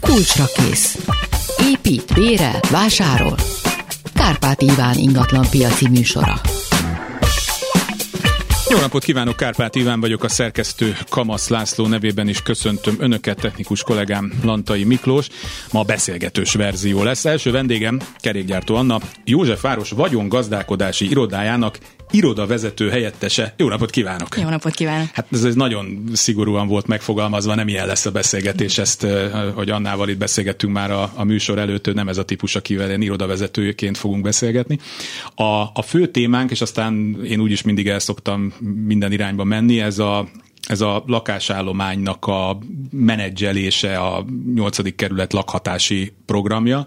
Kulcsra kész. Épít, bérel, vásárol. Kárpát Iván ingatlan piaci műsora. Jó napot kívánok, Kárpát Iván vagyok, a szerkesztő Kamasz László nevében is köszöntöm Önöket, technikus kollégám Lantai Miklós. Ma beszélgetős verzió lesz. Első vendégem Kerékgyártó Anna, Józsefváros vagyongazdálkodási irodájának irodavezető helyettese. Jó napot kívánok! Jó napot kívánok! Hát ez nagyon szigorúan volt megfogalmazva, nem ilyen lesz a beszélgetés, ezt, hogy Annával itt beszélgettünk már a műsor előtt, nem ez a típus, akivel én irodavezetőként fogunk beszélgetni. A fő témánk, és aztán én úgyis mindig el szoktam minden irányba menni, ez a lakásállománynak a menedzselése, a 8. kerület lakhatási programja.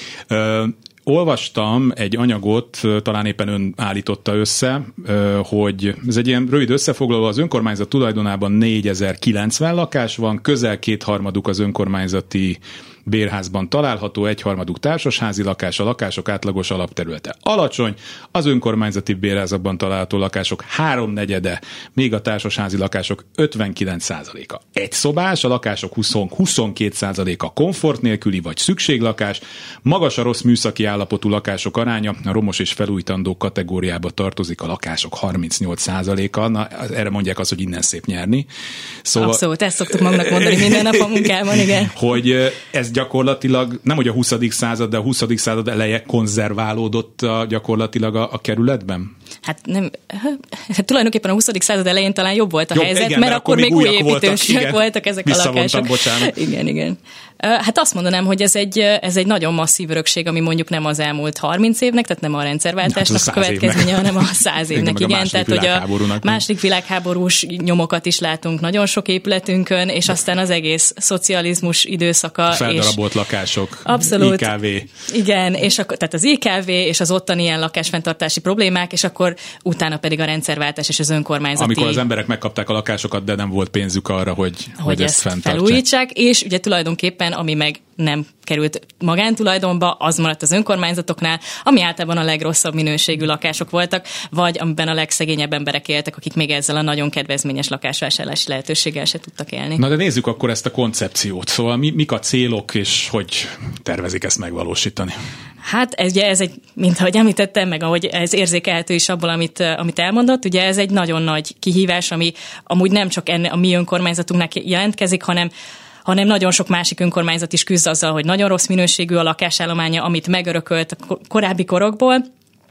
Olvastam egy anyagot, talán éppen ön állította össze, hogy ez egy ilyen rövid összefoglaló, az önkormányzat tulajdonában 4090 lakás van, közel 2/3 az önkormányzati bérházban található, 1/3 társasházi lakás, a lakások átlagos alapterülete alacsony, az önkormányzati bérházakban található lakások 3/4, még a társasházi lakások 59%-a egyszobás, a lakások 22%-a komfort nélküli vagy szükséglakás, magas a rossz műszaki állapotú lakások aránya, a romos és felújítandó kategóriába tartozik, a lakások 38%-a, na, erre mondják azt, hogy innen szép nyerni. Szóval, abszolút, ezt szoktuk magunknak mondani minden nap a munkában, igen. Hogy ez gyakorlatilag, nem hogy a 20. század, de a 20. század eleje konzerválódott gyakorlatilag a kerületben? Hát nem, tulajdonképpen a 20. század elején talán jobb volt a helyzet, igen, mert akkor még új építősök voltak ezek a lakások. Bocsánat. Igen. Hát azt mondanám, hogy ez egy nagyon masszív örökség, ami mondjuk nem az elmúlt 30 évnek, tehát nem a rendszerváltásnak a következménye, hanem a 100 évnek, igen. Tehát, hogy a második világháborús nyomokat is látunk nagyon sok épületünkön, és aztán az egész szocializmus időszaka. Feldarabolt lakások, abszolút, IKV. Igen, és akkor, tehát az IKV és az ottani ilyen lakásfenntartási problémák, és akkor utána pedig a rendszerváltás és az önkormányzati. Amikor az emberek megkapták a lakásokat, de nem volt pénzük arra, hogy ezt fenntartsák. Felújítsák, és ugye tulajdonképpen, ami meg nem került magántulajdonba, az maradt az önkormányzatoknál, ami általában a legrosszabb minőségű lakások voltak, vagy amiben a legszegényebb emberek éltek, akik még ezzel a nagyon kedvezményes lakásvásárlási lehetőséggel se tudtak élni. Na de nézzük akkor ezt a koncepciót. Szóval mik a célok, és hogy tervezik ezt megvalósítani? Hát ez egy, mint ahogy említettem, meg ahogy ez érzékelhető is abból, amit elmondott, ugye ez egy nagyon nagy kihívás, ami amúgy nem csak a mi önkormányzatunknak jelentkezik, hanem nagyon sok másik önkormányzat is küzd azzal, hogy nagyon rossz minőségű a lakásállománya, amit megörökölt a korábbi korokból,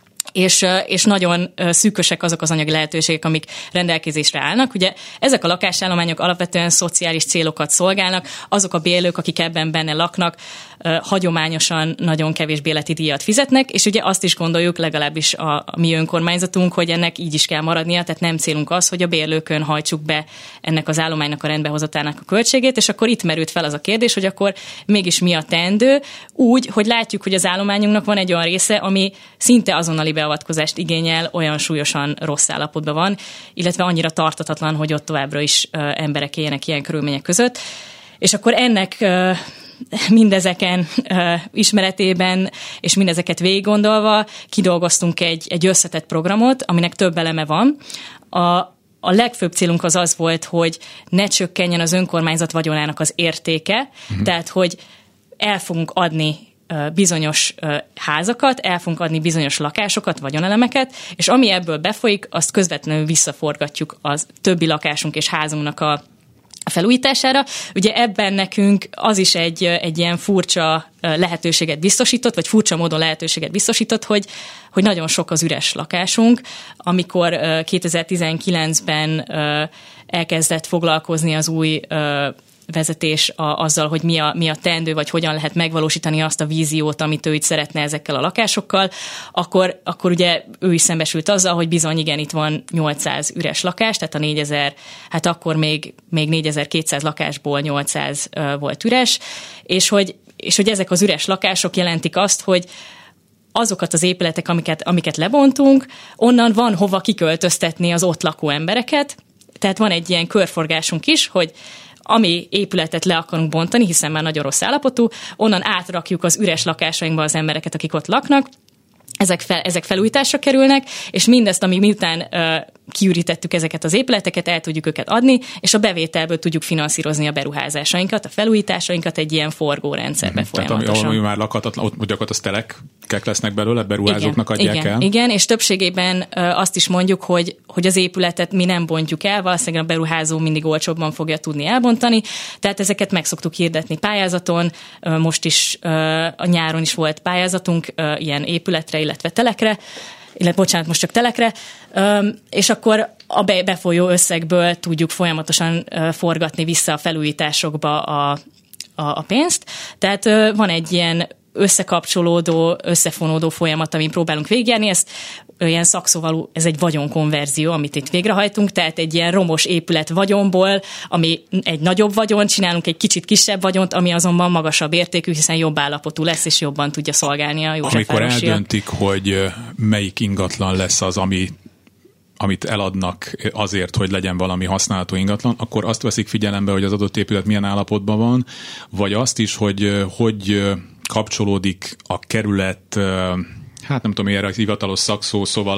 és nagyon szűkösek azok az anyagi lehetőségek, amik rendelkezésre állnak. Ugye ezek a lakásállományok alapvetően szociális célokat szolgálnak, azok a bérlők, akik ebben benne laknak, hagyományosan nagyon kevés bérleti díjat fizetnek, és ugye azt is gondoljuk, legalábbis a mi önkormányzatunk, hogy ennek így is kell maradnia, tehát nem célunk az, hogy a bérlőkön hajtsuk be ennek az állománynak a rendbehozatának a költségét, és akkor itt merült fel az a kérdés, hogy akkor mégis mi a teendő, úgy, hogy látjuk, hogy az állományunknak van egy olyan része, ami szinte azonnali beavatkozást igényel, olyan súlyosan rossz állapotban van, illetve annyira tartatatlan, hogy ott továbbra is emberek éljenek ilyen körülmények között. És akkor ennek mindezeken ismeretében és mindezeket végiggondolva kidolgoztunk egy összetett programot, aminek több eleme van. A legfőbb célunk az volt, hogy ne csökkenjen az önkormányzat vagyonának az értéke, tehát hogy el fogunk adni bizonyos házakat, el fogunk adni bizonyos lakásokat, vagyonelemeket, és ami ebből befolyik, azt közvetlenül visszaforgatjuk az többi lakásunk és házunknak a felújítására. Ugye ebben nekünk az is egy ilyen furcsa lehetőséget biztosított, vagy furcsa módon lehetőséget biztosított, hogy nagyon sok az üres lakásunk. Amikor 2019-ben elkezdett foglalkozni az új vezetés azzal, hogy mi a teendő, vagy hogyan lehet megvalósítani azt a víziót, amit ő itt szeretne ezekkel a lakásokkal, akkor ugye ő is szembesült azzal, hogy bizony igen, itt van 800 üres lakás, tehát a 4000, hát akkor még 4200 lakásból 800 volt üres, és hogy ezek az üres lakások jelentik azt, hogy azokat az épületek, amiket lebontunk, onnan van hova kiköltöztetni az ott lakó embereket, tehát van egy ilyen körforgásunk is, hogy ami épületet le akarunk bontani, hiszen már nagyon rossz állapotú, onnan átrakjuk az üres lakásainkba az embereket, akik ott laknak, ezek felújításra kerülnek, és mindezt, ami miután kiürítettük ezeket az épületeket, el tudjuk őket adni, és a bevételből tudjuk finanszírozni a beruházásainkat, a felújításainkat egy ilyen forgórendszerbe folyamatosan. Tehát ahol már lakhatatlan, ott gyakorlatilag az telekek lesznek belőle, beruházóknak adják el? Igen, és többségében azt is mondjuk, hogy az épületet mi nem bontjuk el, valószínűleg a beruházó mindig olcsóbban fogja tudni elbontani, tehát ezeket meg szoktuk hirdetni pályázaton, most is a nyáron is volt pályázatunk ilyen épületre, illetve telekre, most csak telekre, és akkor a befolyó összegből tudjuk folyamatosan forgatni vissza a felújításokba a pénzt. Tehát van egy ilyen összekapcsolódó, összefonódó folyamat, amin próbálunk végigjárni, ezt ilyen szakszóval, ez egy vagyonkonverzió, amit itt végrehajtunk, tehát egy ilyen romos épület vagyonból, ami egy nagyobb vagyon, csinálunk egy kicsit kisebb vagyont, ami azonban magasabb értékű, hiszen jobb állapotú lesz, és jobban tudja szolgálni a Józsefvárosi. Amikor eldöntik, hogy melyik ingatlan lesz az, amit eladnak azért, hogy legyen valami használható ingatlan, akkor azt veszik figyelembe, hogy az adott épület milyen állapotban van, vagy azt is, hogy kapcsolódik a kerület, hát nem tudom, erre a hivatalos szakszó, szóval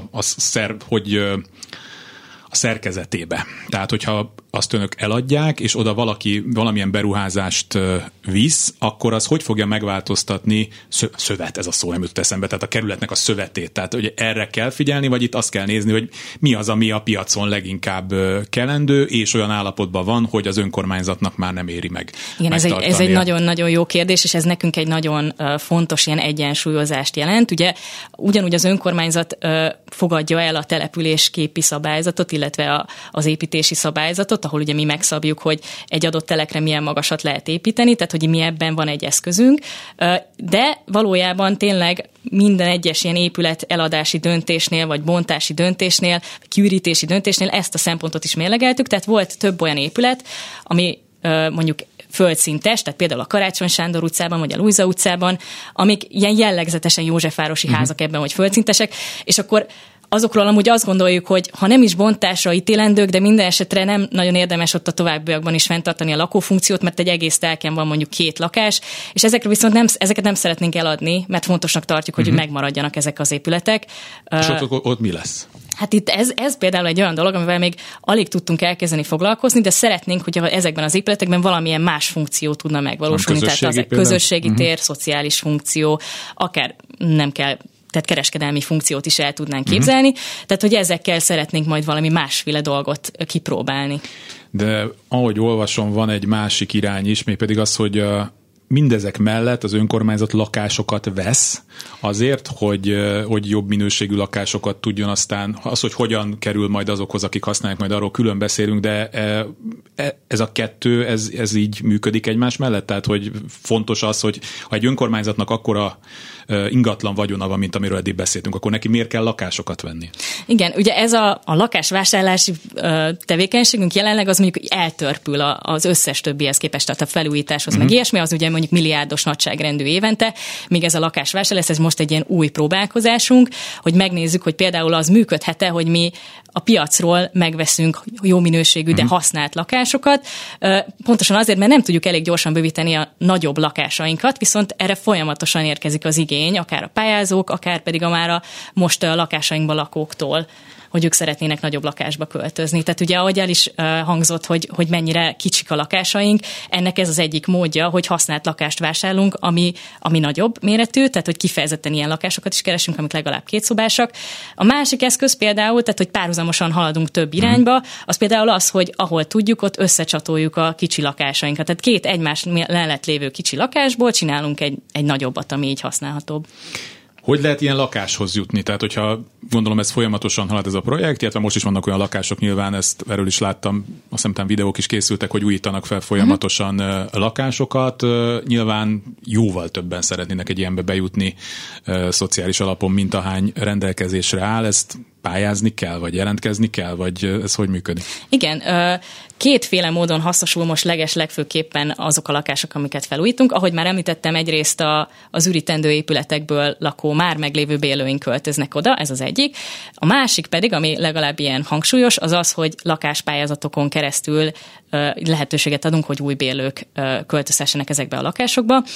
a szerkezetébe. Tehát, hogyha azt önök eladják, és oda valaki valamilyen beruházást visz, akkor az hogy fogja megváltoztatni szövet, ez a szó nem jut eszembe, tehát a kerületnek a szövetét. Tehát, hogy erre kell figyelni, vagy itt azt kell nézni, hogy mi az, ami a piacon leginkább kelendő, és olyan állapotban van, hogy az önkormányzatnak már nem éri meg. Igen, ez egy nagyon-nagyon jó kérdés, és ez nekünk egy nagyon fontos ilyen egyensúlyozást jelent. Ugye ugyanúgy az önkormányzat fogadja el a településképi szabályzatot, illetve az építési szabályzatot, ahol ugye mi megszabjuk, hogy egy adott telekre milyen magasat lehet építeni, tehát hogy mi ebben van egy eszközünk, de valójában tényleg minden egyes ilyen épület eladási döntésnél, vagy bontási döntésnél, kiürítési döntésnél ezt a szempontot is mérlegeltük, tehát volt több olyan épület, ami mondjuk földszintes, tehát például a Karácsony Sándor utcában, vagy a Lujza utcában, amik ilyen jellegzetesen józsefvárosi házak ebben, hogy földszintesek, és akkor azokról amúgy azt gondoljuk, hogy ha nem is bontásra ítélendők, de minden esetre nem nagyon érdemes ott a továbbiakban is fenntartani a lakófunkciót, mert egy egész telken van mondjuk 2 lakás, és ezeket nem szeretnénk eladni, mert fontosnak tartjuk, hogy megmaradjanak ezek az épületek. És ott mi lesz? Hát itt ez például egy olyan dolog, amivel még alig tudtunk elkezdeni foglalkozni, de szeretnénk, hogy ezekben az épületekben valamilyen más funkció tudna megvalósulni. Tehát az közösségi tér, szociális funkció, akár nem kell, tehát kereskedelmi funkciót is el tudnánk képzelni, tehát hogy ezekkel szeretnénk majd valami másféle dolgot kipróbálni. De ahogy olvasom, van egy másik irány is, mégpedig az, hogy mindezek mellett az önkormányzat lakásokat vesz azért, hogy jobb minőségű lakásokat tudjon aztán, az, hogy hogyan kerül majd azokhoz, akik használják, majd arról külön beszélünk, de ez a kettő, ez így működik egymás mellett? Tehát, hogy fontos az, hogy ha egy önkormányzatnak akkora ingatlan vagyona van, mint amiről eddig beszéltünk, akkor neki miért kell lakásokat venni? Igen, ugye ez a lakásvásárlási tevékenységünk jelenleg az mondjuk eltörpül az összes többihez képest, tehát a felújításhoz, meg ilyesmi, az ugye mondjuk milliárdos nagyságrendű évente, míg ez a lakásvásárlás, ez most egy ilyen új próbálkozásunk, hogy megnézzük, hogy például az működhet-e, hogy mi a piacról megveszünk jó minőségű, de használt lakásokat, pontosan azért, mert nem tudjuk elég gyorsan bővíteni a nagyobb lakásainkat, viszont erre folyamatosan érkezik az igény, akár a pályázók, akár pedig most a lakásainkban lakóktól, hogy ők szeretnének nagyobb lakásba költözni. Tehát ugye, ahogy el is hangzott, hogy mennyire kicsik a lakásaink, ennek ez az egyik módja, hogy használt lakást vásárlunk, ami nagyobb méretű, tehát hogy kifejezetten ilyen lakásokat is keresünk, amik legalább 2 szobásak. A másik eszköz például, tehát hogy párhuzamosan haladunk több irányba, az például az, hogy ahol tudjuk, ott összecsatoljuk a kicsi lakásainkat. Tehát 2 egymás mellett lévő kicsi lakásból csinálunk egy nagyobbat, ami így használhatóbb. Hogy lehet ilyen lakáshoz jutni? Tehát, hogyha gondolom ez folyamatosan halad ez a projekt, illetve most is vannak olyan lakások, nyilván erről is láttam, azt hiszem videók is készültek, hogy újítanak fel folyamatosan lakásokat. Nyilván jóval többen szeretnének egy ilyenbe bejutni szociális alapon, mint ahány rendelkezésre áll. Ezt pályázni kell, vagy jelentkezni kell, vagy ez hogy működik? Igen, 2 módon hasznosul most legfőképpen azok a lakások, amiket felújítunk. Ahogy már említettem, egyrészt az ürítendő épületekből lakó már meglévő bérlőink költöznek oda, ez az egyik. A másik pedig, ami legalább ilyen hangsúlyos, az az, hogy lakáspályázatokon keresztül lehetőséget adunk, hogy új bérlők költözhessenek ezekbe a lakásokba.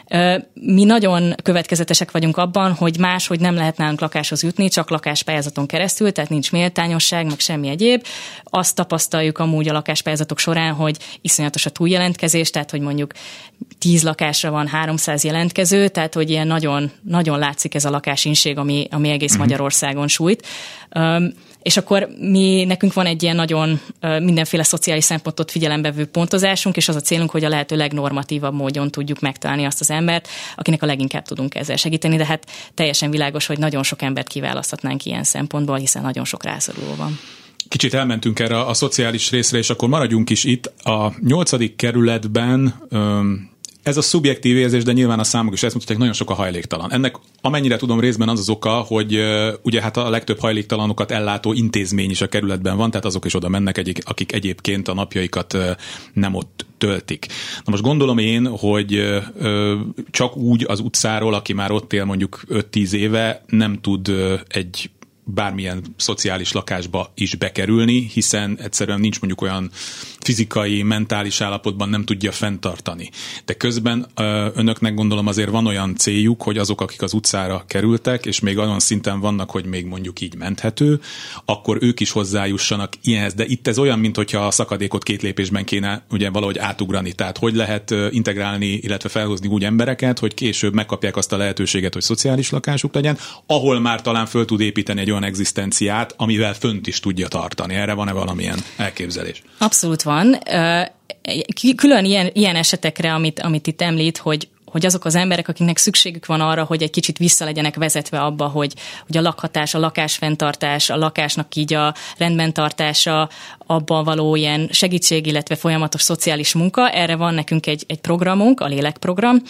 Mi nagyon következetesek vagyunk abban, hogy máshogy nem lehet nálunk lakáshoz jutni, csak lakáspályázaton keresztül, tehát nincs méltányosság, meg semmi egyéb. Azt tapasztaljuk amúgy a lakáspályázatok során, hogy iszonyatos a túljelentkezés, tehát hogy mondjuk 10 lakásra van 300 jelentkező, tehát hogy ilyen nagyon, nagyon látszik ez a lakásinség, ami egész Magyarországon sújt. És akkor nekünk van egy ilyen nagyon mindenféle szociális szempontot figyelembe vevő pontozásunk, és az a célunk, hogy a lehető legnormatívabb módon tudjuk megtalálni azt az embert, akinek a leginkább tudunk ezzel segíteni, de hát teljesen világos, hogy nagyon sok embert kiválaszthatnánk ilyen szempontból, hiszen nagyon sok rászoruló van. Kicsit elmentünk erre a szociális részre, és akkor maradjunk is itt. A 8. kerületben ez a szubjektív érzés, de nyilván a számok is ezt mutatják, nagyon sok a hajléktalan. Ennek amennyire tudom részben az oka, hogy ugye hát a legtöbb hajléktalanokat ellátó intézmény is a kerületben van, tehát azok is oda mennek, akik egyébként a napjaikat nem ott töltik. Na most gondolom én, hogy csak úgy az utcáról, aki már ott él mondjuk 5-10 éve, nem tud egy bármilyen szociális lakásba is bekerülni, hiszen egyszerűen nincs mondjuk olyan fizikai, mentális állapotban nem tudja fenntartani. De közben önöknek gondolom azért van olyan céljuk, hogy azok, akik az utcára kerültek, és még olyan szinten vannak, hogy még mondjuk így menthető, akkor ők is hozzájussanak ilyenhez. De itt ez olyan, mintha a szakadékot 2 lépésben kéne ugye valahogy átugrani. Tehát hogy lehet integrálni, illetve felhozni úgy embereket, hogy később megkapják azt a lehetőséget, hogy szociális lakásuk legyen, ahol már talán föl tud építeni egy olyan egzisztenciát, amivel fönt is tudja tartani. Erre van-e valamilyen elképzelés? Abszolút van. Külön ilyen esetekre, amit itt említ, hogy azok az emberek, akiknek szükségük van arra, hogy egy kicsit vissza legyenek vezetve abba, hogy a lakhatás, a lakásfenntartás, a lakásnak így a rendben tartása, abban való ilyen segítség, illetve folyamatos szociális munka. Erre van nekünk egy programunk, a Lélekprogram,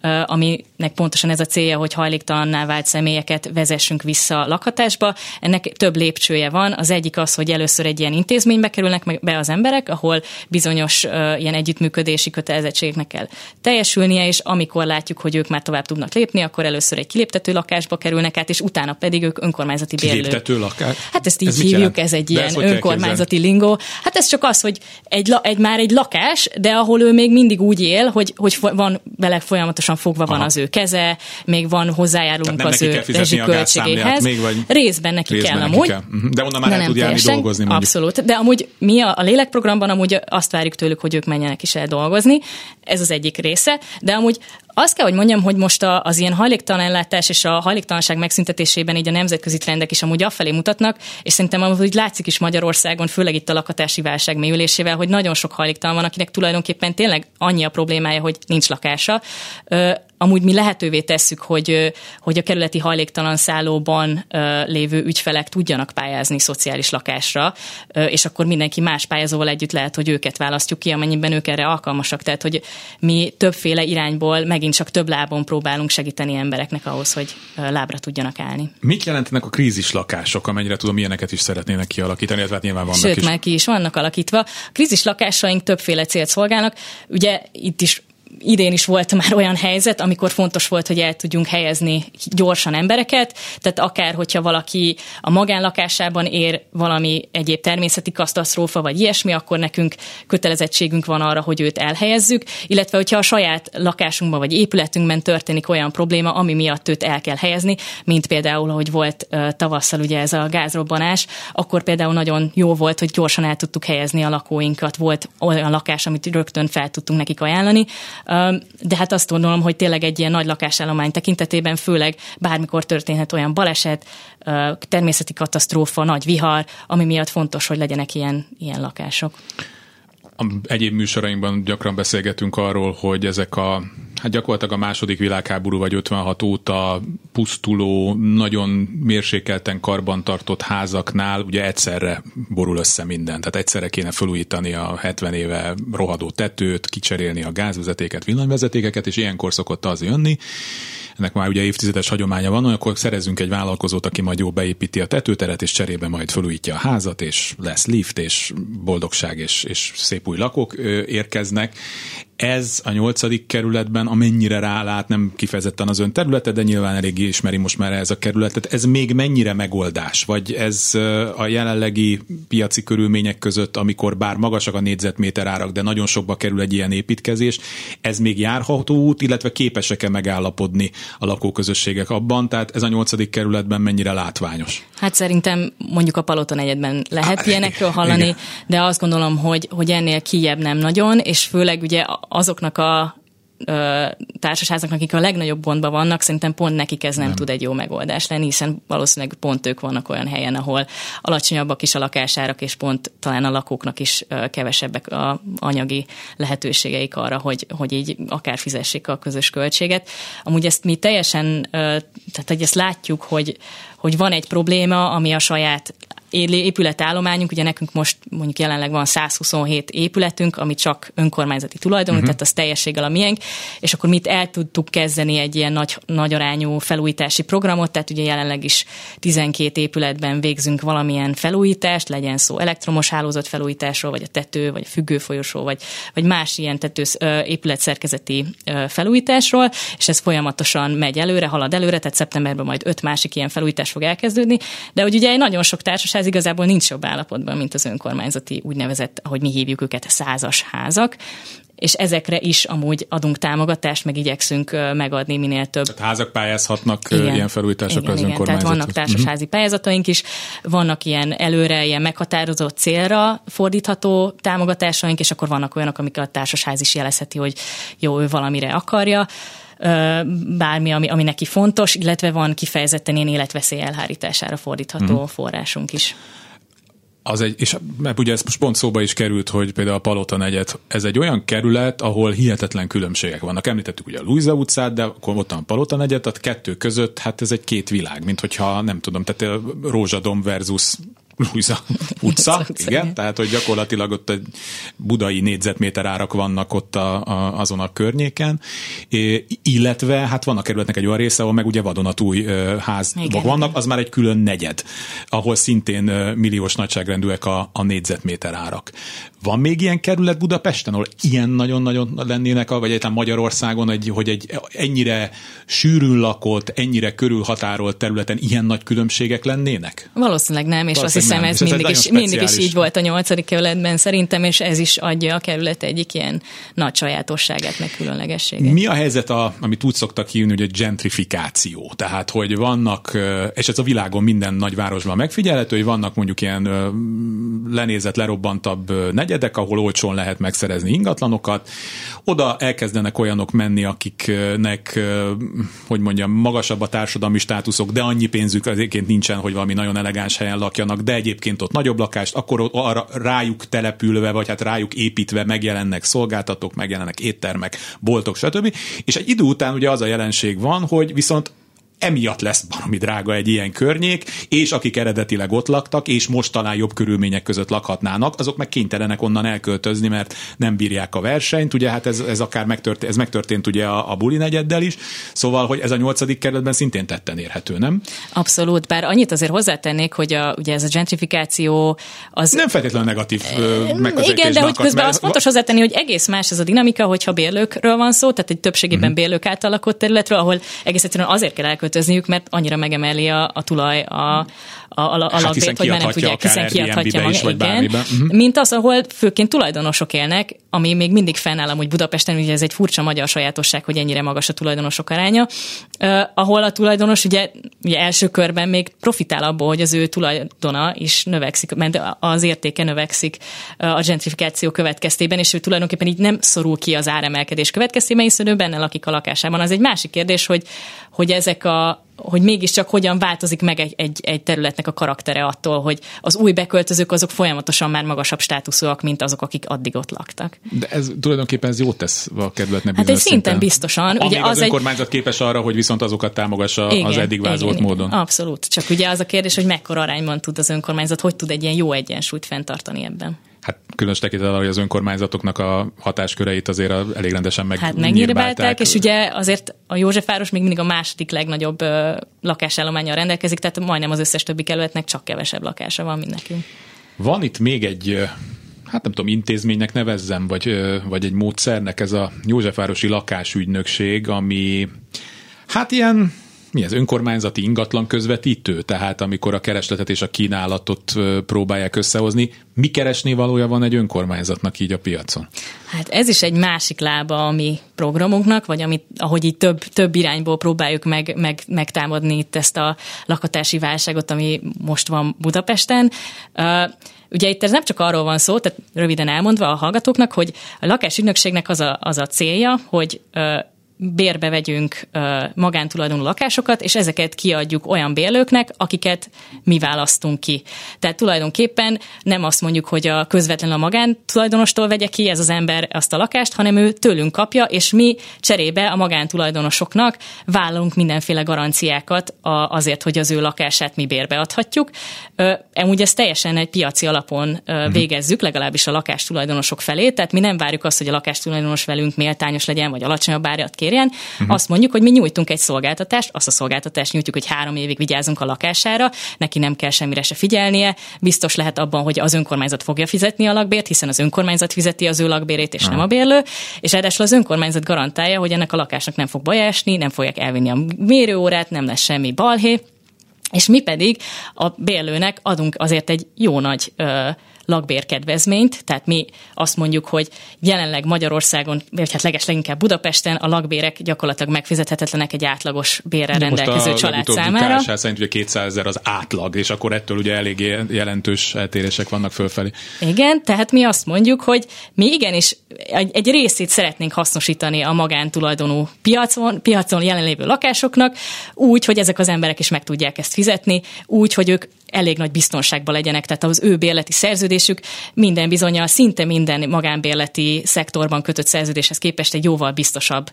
aminek pontosan ez a célja, hogy hajléktalanná vált személyeket vezessünk vissza lakhatásba. Ennek több lépcsője van. Az egyik az, hogy először egy ilyen intézménybe kerülnek be az emberek, ahol bizonyos ilyen együttműködési kötelezettségeknek kell teljesülnie, és amikor látjuk, hogy ők már tovább tudnak lépni, akkor először egy kiléptető lakásba kerülnek át, és utána pedig ők önkormányzati bérlő. Kiléptető lakás? Hát ezt így hívjuk, ez egy ilyen önkormányzati lingó. Hát ez csak az, hogy már egy lakás, de ahol ő még mindig úgy él, hogy van vele folyamatosan fogva van az ő keze, még van hozzájárulunk az ő rezsiköltségéhez. Részben neki kell amúgy. De onnan már el tud járni dolgozni. Mondjuk. Abszolút. De amúgy mi a Lélekprogramban amúgy azt várjuk tőlük, hogy ők menjenek is el dolgozni. Ez az egyik része. De amúgy azt kell, hogy mondjam, hogy most az ilyen hajléktalan ellátás és a hajléktalanság megszüntetésében így a nemzetközi trendek is amúgy afelé mutatnak, és szerintem amúgy látszik is Magyarországon, főleg itt a lakhatási válság mélyülésével, hogy nagyon sok hajléktalan van, akinek tulajdonképpen tényleg annyi a problémája, hogy nincs lakása. Amúgy mi lehetővé tesszük, hogy a kerületi hajléktalan szállóban lévő ügyfelek tudjanak pályázni szociális lakásra, és akkor mindenki más pályázóval együtt lehet, hogy őket választjuk ki, amennyiben ők erre alkalmasak. Tehát, hogy mi többféle irányból megint csak több lábon próbálunk segíteni embereknek ahhoz, hogy lábra tudjanak állni. Mit jelentenek a krízis lakások, amennyire tudom, ilyeneket is szeretnének kialakítani, illetve hát nyilván vannak Sőt, is. már ki is vannak alakítva. A krízis lakásaink többféle célt szolgálnak. Ugye itt is idén is volt már olyan helyzet, amikor fontos volt, hogy el tudjunk helyezni gyorsan embereket, tehát akár, hogyha valaki a magánlakásában ér valami egyéb természeti katasztrófa, vagy ilyesmi, akkor nekünk kötelezettségünk van arra, hogy őt elhelyezzük, illetve hogyha a saját lakásunkban vagy épületünkben történik olyan probléma, ami miatt őt el kell helyezni, mint például, hogy volt tavasszal ugye ez a gázrobbanás, akkor például nagyon jó volt, hogy gyorsan el tudtuk helyezni a lakóinkat, volt olyan lakás, amit rögtön fel tudtunk nekik ajánlani. De hát azt gondolom, hogy tényleg egy ilyen nagy lakásállomány tekintetében főleg bármikor történhet olyan baleset, természeti katasztrófa, nagy vihar, ami miatt fontos, hogy legyenek ilyen lakások. Egyéb műsorainkban gyakran beszélgetünk arról, hogy ezek gyakorlatilag a második világháború vagy 56 óta pusztuló, nagyon mérsékelten karbantartott házaknál ugye egyszerre borul össze minden. Tehát egyszerre kéne felújítani a 70 éve rohadó tetőt, kicserélni a gázvezetéket, villanyvezetékeket, és ilyenkor szokott az jönni. Ennek már ugye évtizedes hagyománya van, akkor szerezzünk egy vállalkozót, aki majd jó beépíti a tetőteret, és cserébe majd felújítja a házat, és lesz lift, és boldogság, és szép új lakók érkeznek. Ez a 8. kerületben amennyire rálát, nem kifejezetten az ön területe, de nyilván elég eléggé ismeri most már ez a kerületet. Ez még mennyire megoldás? Vagy ez a jelenlegi piaci körülmények között, amikor bár magasak a négyzetméter árak, de nagyon sokba kerül egy ilyen építkezés, ez még járható út, illetve képesek-e megállapodni a lakóközösségek abban? Tehát ez a 8. kerületben mennyire látványos? Hát szerintem mondjuk a Palota negyedben lehet ilyenekről hallani, igen. De azt gondolom, hogy ennél kijebb nem nagyon, és főleg ugye azoknak a társasházaknak, akik a legnagyobb gondban vannak, szerintem pont nekik ez nem tud egy jó megoldás lenni, hiszen valószínűleg pont ők vannak olyan helyen, ahol alacsonyabbak is a lakásárak, és pont talán a lakóknak is kevesebbek a anyagi lehetőségeik arra, hogy így akár fizessék a közös költséget. Amúgy ezt mi teljesen, tehát hogy ezt látjuk, hogy van egy probléma, ami a saját épületállományunk, ugye nekünk most mondjuk jelenleg van 127 épületünk, ami csak önkormányzati tulajdonú, tehát az teljességgel a miénk, és akkor mi itt el tudtuk kezdeni egy ilyen nagy arányú felújítási programot, tehát ugye jelenleg is 12 épületben végzünk valamilyen felújítást, legyen szó elektromos hálózat felújításról, vagy a tető, vagy a függőfolyosó, vagy más ilyen épületszerkezeti felújításról, és ez folyamatosan megy előre, halad előre, tehát szeptemberben majd 5 másik ilyen felújítás fog elkezdődni, de hogy ugye nagyon sok társaság igazából nincs jobb állapotban, mint az önkormányzati úgynevezett, ahogy mi hívjuk őket, százas házak, és ezekre is amúgy adunk támogatást, meg igyekszünk megadni minél több. Tehát házak pályázhatnak ilyen felújításokra az önkormányzat. Tehát vannak társasházi pályázataink is, vannak ilyen előre, ilyen meghatározott célra fordítható támogatásaink, és akkor vannak olyanok, amik a társasház is jelezheti, hogy jó, ő valamire akarja, bármi, ami neki fontos, illetve van kifejezetten ilyen életveszély elhárítására fordítható forrásunk is. És mert ugye ez pont szóba is került, hogy például a Palota negyed, ez egy olyan kerület, ahol hihetetlen különbségek vannak. Említettük ugye a Lujza utcát, de akkor ott van a Palota negyed, tehát kettő között, hát ez egy két világ, mint hogyha nem tudom, tehát Rózsadom versus Lujza utca, igen, tehát hogy gyakorlatilag ott egy budai négyzetméter árak vannak ott azon a környéken, illetve hát van a kerületnek egy olyan része, ahol meg ugye vadonatúj házak vannak, az már egy külön negyed, ahol szintén milliós nagyságrendűek a négyzetméter árak. Van még ilyen kerület Budapesten, ahol ilyen nagyon-nagyon lennének, vagy egyáltalán Magyarországon, hogy egy ennyire sűrűn lakott, ennyire körülhatárolt területen ilyen nagy különbségek lennének? Valószínűleg nem, és azt hiszem ez mindig is így volt a 8. kerületben szerintem, és ez is adja a kerület egyik ilyen nagy sajátosságát, meg különlegességét. Mi a helyzet, amit úgy szoktak hívni, hogy a gentrifikáció? Tehát, hogy vannak, és ez a világon minden nagyvárosban megfigyelhető, hogy vannak mondjuk ilyen lenézett, lerobbantabb negyedek, ahol olcsón lehet megszerezni ingatlanokat. Oda elkezdenek olyanok menni, akiknek, hogy mondjam, magasabb a társadalmi státuszok, de annyi pénzük azért nincsen, hogy valami nagyon elegáns helyen lakjanak, de egyébként ott nagyobb lakást, akkor arra rájuk települve, vagy hát rájuk építve megjelennek szolgáltatók, megjelennek éttermek, boltok, stb. És egy idő után ugye az a jelenség van, hogy viszont emiatt lesz baromi drága egy ilyen környék, és akik eredetileg ott laktak, és most talán jobb körülmények között lakhatnának, azok meg kénytelenek onnan elköltözni, mert nem bírják a versenyt. Ugye hát ez akár megtörtént ugye a Buli negyeddel is, szóval, hogy ez a 8. kerületben szintén tetten érhető, nem? Abszolút, bár annyit azért hozzátennék, hogy ugye ez a gentrifikáció az... Nem feltétlenül negatív megközelítésben. Igen, de hogy közben az fontos hozzátenni, hogy egész más ez a dinamika, hogyha bérlőkről van szó, tehát egy többségében bérlők által lakott területről, ahol egész egyszerűen azért kell elköltözniük, mert annyira megemeli a tulaj a lakbért, hogy már nem tudják, hiszen kiadhatja maga, igen. Mint az, ahol főként tulajdonosok élnek, ami még mindig fennáll amúgy Budapesten, ugye ez egy furcsa magyar sajátosság, hogy ennyire magas a tulajdonosok aránya, ahol a tulajdonos ugye első körben még profitál abból, hogy az ő tulajdona is növekszik, mert az értéke növekszik a gentrifikáció következtében, és ő tulajdonképpen így nem szorul ki az áremelkedés következtében, hiszen ő benne lakik a lakásában. Az egy másik kérdés, hogy hogy mégiscsak hogyan változik meg egy területnek a karaktere attól, hogy az új beköltözők azok folyamatosan már magasabb státuszúak, mint azok, akik addig ott laktak. De ez tulajdonképpen jót tesz a kerületnek. Hát egy szinten biztosan. Ugye az önkormányzat képes arra, hogy viszont azokat támogassa az eddig vázolt módon. Abszolút. Csak ugye az a kérdés, hogy mekkora arányban tud az önkormányzat, hogy tud egy ilyen jó egyensúlyt fenntartani ebben. Hát különös tekintettel, hogy az önkormányzatoknak a hatásköreit azért elég rendesen megnyírbálták, és ugye azért a Józsefváros még mindig a második legnagyobb lakásállománnyal rendelkezik, tehát majdnem az összes többi kerületnek csak kevesebb lakása van, mint nekünk. Van itt még egy, hát nem tudom, intézménynek nevezzem, vagy egy módszernek, ez a Józsefvárosi lakásügynökség, ami hát ilyen mi ez, önkormányzati ingatlan közvetítő? Tehát amikor a keresletet és a kínálatot próbálják összehozni, mi keresni valója van egy önkormányzatnak így a piacon? Hát ez is egy másik lába a mi programunknak, vagy ahogy így több irányból próbáljuk megtámadni itt ezt a lakhatási válságot, ami most van Budapesten. Ugye itt ez nem csak arról van szó, tehát röviden elmondva a hallgatóknak, hogy a lakásügynökségnek az a célja, hogy bérbe vegyünk magántulajdonú lakásokat, és ezeket kiadjuk olyan bérlőknek, akiket mi választunk ki. Tehát tulajdonképpen nem azt mondjuk, hogy közvetlenül a magántulajdonostól vegye ki ez az ember azt a lakást, hanem ő tőlünk kapja, és mi cserébe a magántulajdonosoknak vállalunk mindenféle garanciákat azért, hogy az ő lakását mi bérbe adhatjuk. Amúgy ezt teljesen egy piaci alapon végezzük, legalábbis a lakástulajdonosok felé, tehát mi nem várjuk azt, hogy a lakástulajdonos velünk méltányos legyen, vagy alacsonyabb árat kérjen. Azt mondjuk, hogy mi nyújtunk egy szolgáltatást, azt a szolgáltatást nyújtjuk, hogy 3 évig vigyázunk a lakására, neki nem kell semmire se figyelnie, biztos lehet abban, hogy az önkormányzat fogja fizetni a lakbért, hiszen az önkormányzat fizeti az ő lakbérét, és nem a bérlő, és ráadásul az önkormányzat garantálja, hogy ennek a lakásnak nem fog baja esni, nem fogják elvinni a mérőórát, nem lesz semmi balhé, és mi pedig a bérlőnek adunk azért egy jó nagy lakbérkedvezményt, tehát mi azt mondjuk, hogy jelenleg Magyarországon, vagy hát leginkább Budapesten a lakbérek gyakorlatilag megfizethetetlenek egy átlagos bérrel rendelkező család számára. Most a szerint ugye 200 000 az átlag, és akkor ettől ugye elég jelentős eltérések vannak fölfelé. Igen, tehát mi azt mondjuk, hogy mi igenis egy részét szeretnénk hasznosítani a magántulajdonú piacon jelenlévő lakásoknak, úgy, hogy ezek az emberek is meg tudják ezt fizetni, úgy, hogy ők elég nagy biztonságban legyenek, tehát az ő bérleti szerződésük minden bizonnyal, szinte minden magánbérleti szektorban kötött szerződéshez képest egy jóval biztosabb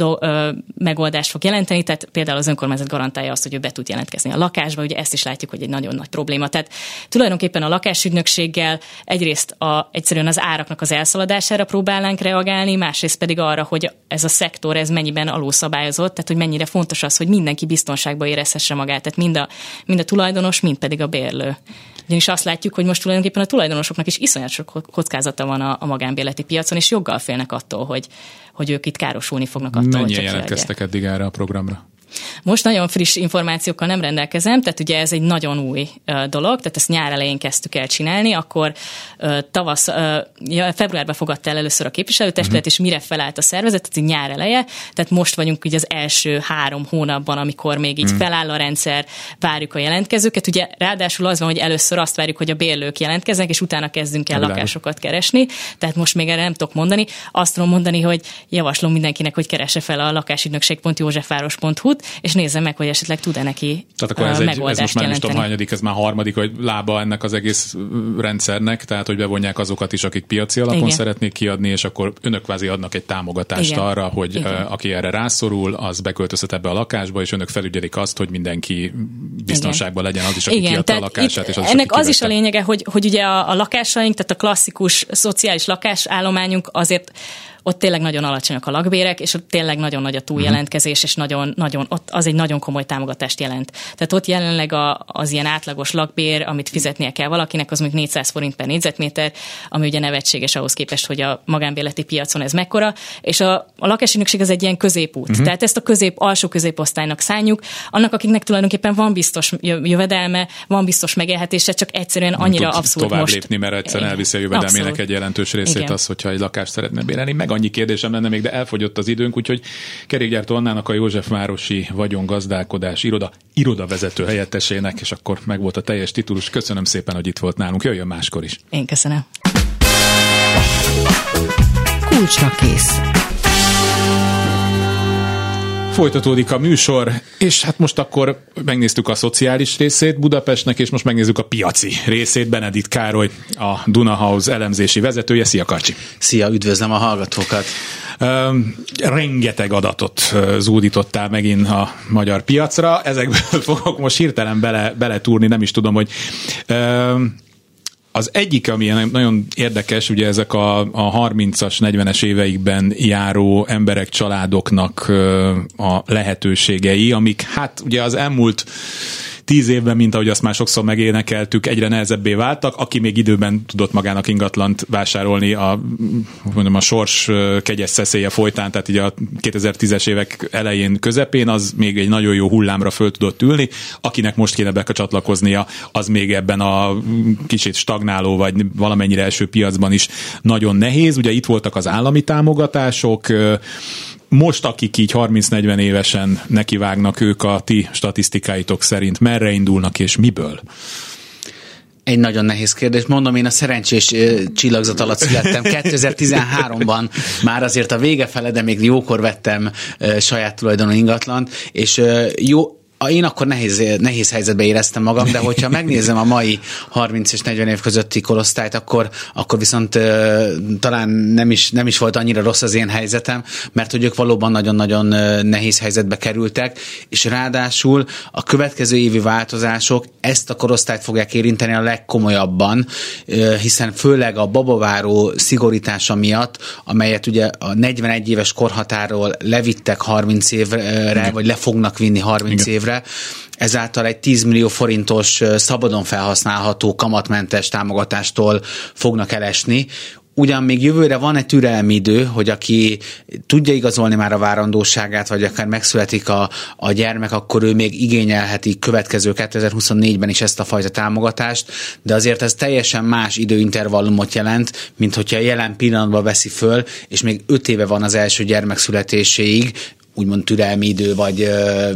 megoldást fog jelenteni, tehát például az önkormányzat garantálja azt, hogy ő be tud jelentkezni a lakásba, ugye ezt is látjuk, hogy egy nagyon nagy probléma. Tehát tulajdonképpen a lakásügynökséggel egyrészt egyszerűen az áraknak az elszaladására próbálnánk reagálni, másrészt pedig arra, hogy ez a szektor, ez mennyiben alulszabályozott, tehát hogy mennyire fontos az, hogy mindenki biztonságban érezhesse magát, tehát mind a tulajdonos, mind pedig a bérlő. Ugyanis azt látjuk, hogy most tulajdonképpen a tulajdonosoknak is iszonyat sok kockázata van a magánbérleti piacon, és joggal félnek attól, hogy ők itt károsulni fognak attól. Mennyien jelentkeztek eddig erre a programra? Most nagyon friss információkkal nem rendelkezem, tehát ugye ez egy nagyon új dolog, tehát ezt nyár elején kezdtük el csinálni, akkor februárban fogadta el először a képviselőtestület, és mire felállt a szervezet, tehát nyár eleje, tehát most vagyunk ugye az első 3 hónapban, amikor még így feláll a rendszer, várjuk a jelentkezőket, ugye ráadásul az van, hogy először azt várjuk, hogy a bérlők jelentkeznek, és utána kezdünk el lakásokat keresni, tehát most még erre nem tudok mondani, azt tudom mondani, hogy javaslom mindenkinek, hogy keresse fel a lakásügynökség.józsefváros.hu-t, és nézze meg, hogy esetleg tud-e neki megoldást ez most már jelenteni. Nem tudom, ez már 3. vagy lába ennek az egész rendszernek, tehát hogy bevonják azokat is, akik piaci alapon szeretnék kiadni, és akkor önök kvázi adnak egy támogatást arra, hogy aki erre rászorul, az beköltözhet ebbe a lakásba, és önök felügyelik azt, hogy mindenki biztonságban legyen, az is, aki kiadta a lakását, és az ennek is, az is a lényege, hogy ugye a lakásaink, tehát a klasszikus szociális lakásállományunk azért ott tényleg nagyon alacsonyak a lakbérek, és ott tényleg nagyon nagy a túljelentkezés, és ott az egy nagyon komoly támogatást jelent. Tehát ott jelenleg az ilyen átlagos lakbér, amit fizetnie kell valakinek, az mondjuk 400 forint per négyzetméter, ami ugye nevetséges ahhoz képest, hogy a magánbérleti piacon ez mekkora, és a lakásügynökség az egy ilyen középút. Tehát ezt a alsó középosztálynak szánjuk, annak, akiknek tulajdonképpen van biztos jövedelme, van biztos megélhetése, csak egyszerűen annyira abszolút tovább most. lépni, mert egyszerűen elviszi a jövedelmének egy jelentős részét az, hogyha egy lakást szeretne bérelni. Meg annyi kérdésem lenne még, de elfogyott az időnk, úgyhogy Kerékgyártó Annának, a Józsefvárosi Vagyongazdálkodás irodavezető helyettesének, és akkor meg volt a teljes titulus. Köszönöm szépen, hogy itt volt nálunk. Jöjjön máskor is. Én köszönöm. Kulcsra kész. Folytatódik a műsor, és hát most akkor megnéztük a szociális részét Budapestnek, és most megnézzük a piaci részét. Benedikt Károly, a Dunahouse elemzési vezetője. Szia, Karcsi! Szia, üdvözlöm a hallgatókat! Rengeteg adatot zúdítottál megint a magyar piacra. Ezekből fogok most hirtelen beletúrni, nem is tudom, hogy... Az egyik, ami nagyon érdekes, ugye ezek a 30-as, 40-es éveikben járó emberek, családoknak a lehetőségei, amik hát ugye az elmúlt 10 évben, mint ahogy azt már sokszor megénekeltük, egyre nehezebbé váltak. Aki még időben tudott magának ingatlant vásárolni a sors kegyes szeszélye folytán, tehát így a 2010-es évek elején, közepén, az még egy nagyon jó hullámra föl tudott ülni. Akinek most kéne becsatlakoznia, az még ebben a kicsit stagnáló, vagy valamennyire első piacban is nagyon nehéz. Ugye itt voltak az állami támogatások, most akik így 30-40 évesen nekivágnak, ők a ti statisztikáitok szerint merre indulnak és miből? Egy nagyon nehéz kérdés. Mondom, én a szerencsés csillagzat alatt születtem. 2013-ban már azért a vége fele, de még jókor vettem saját tulajdonú ingatlant, és én akkor nehéz helyzetbe éreztem magam, de hogyha megnézem a mai 30 és 40 év közötti korosztályt, akkor viszont talán nem is volt annyira rossz az én helyzetem, mert hogy ők valóban nagyon-nagyon nehéz helyzetbe kerültek, és ráadásul a következő évi változások ezt a korosztályt fogják érinteni a legkomolyabban, hiszen főleg a babaváró szigorítása miatt, amelyet ugye a 41 éves korhatáról levittek 30 évre, vagy le fognak vinni 30 évre, ezáltal egy 10 millió forintos szabadon felhasználható kamatmentes támogatástól fognak elesni. Ugyan még jövőre van egy türelmi idő, hogy aki tudja igazolni már a várandóságát, vagy akár megszületik a gyermek, akkor ő még igényelheti következő 2024-ben is ezt a fajta támogatást, de azért ez teljesen más időintervallumot jelent, mint hogyha jelen pillanatban veszi föl, és még 5 éve van az első gyermek születéséig, úgymond türelmi idő, vagy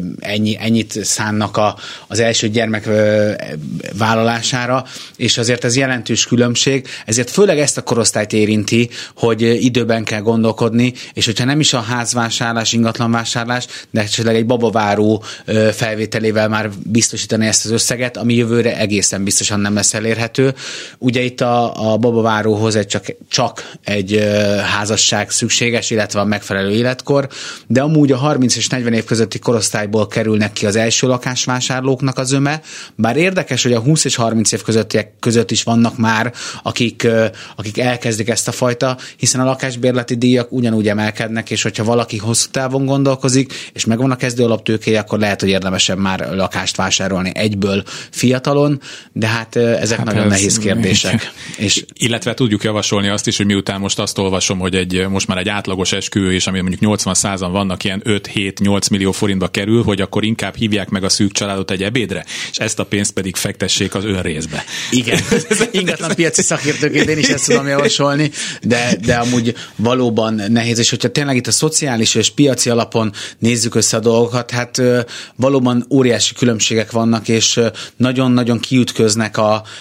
ennyit szánnak az első gyermek vállalására, és azért ez jelentős különbség, ezért főleg ezt a korosztályt érinti, hogy időben kell gondolkodni, és hogyha nem is a házvásárlás, ingatlanvásárlás, de esetleg egy babaváró felvételével már biztosítani ezt az összeget, ami jövőre egészen biztosan nem lesz elérhető. Ugye itt a babaváróhoz csak egy házasság szükséges, illetve a megfelelő életkor, de amúgy a 30 és 40 év közötti korosztályból kerülnek ki az első lakásvásárlóknak az öme, bár érdekes, hogy a 20 és 30 év közöttiek között is vannak már, akik elkezdik ezt a fajta, hiszen a lakásbérleti díjak ugyanúgy emelkednek, és hogyha valaki hosszú távon gondolkozik, és megvan a kezdő alaptőkéje, akkor lehet, hogy érdemesebb már lakást vásárolni egyből fiatalon, de hát ezek nagyon nehéz kérdések. És illetve tudjuk javasolni azt is, hogy miután most azt olvasom, hogy most már egy átlagos esküvő, és ami mondjuk 80-100-an vannak, ilyen 5-7-8 millió forintba kerül, hogy akkor inkább hívják meg a szűk családot egy ebédre, és ezt a pénzt pedig fektessék az önrészbe. Igen, ingatlan piaci szakértőként én is ezt tudom javasolni, de amúgy valóban nehéz, és hogyha tényleg itt a szociális és piaci alapon nézzük össze a dolgokat, hát valóban óriási különbségek vannak, és nagyon-nagyon kiütköznek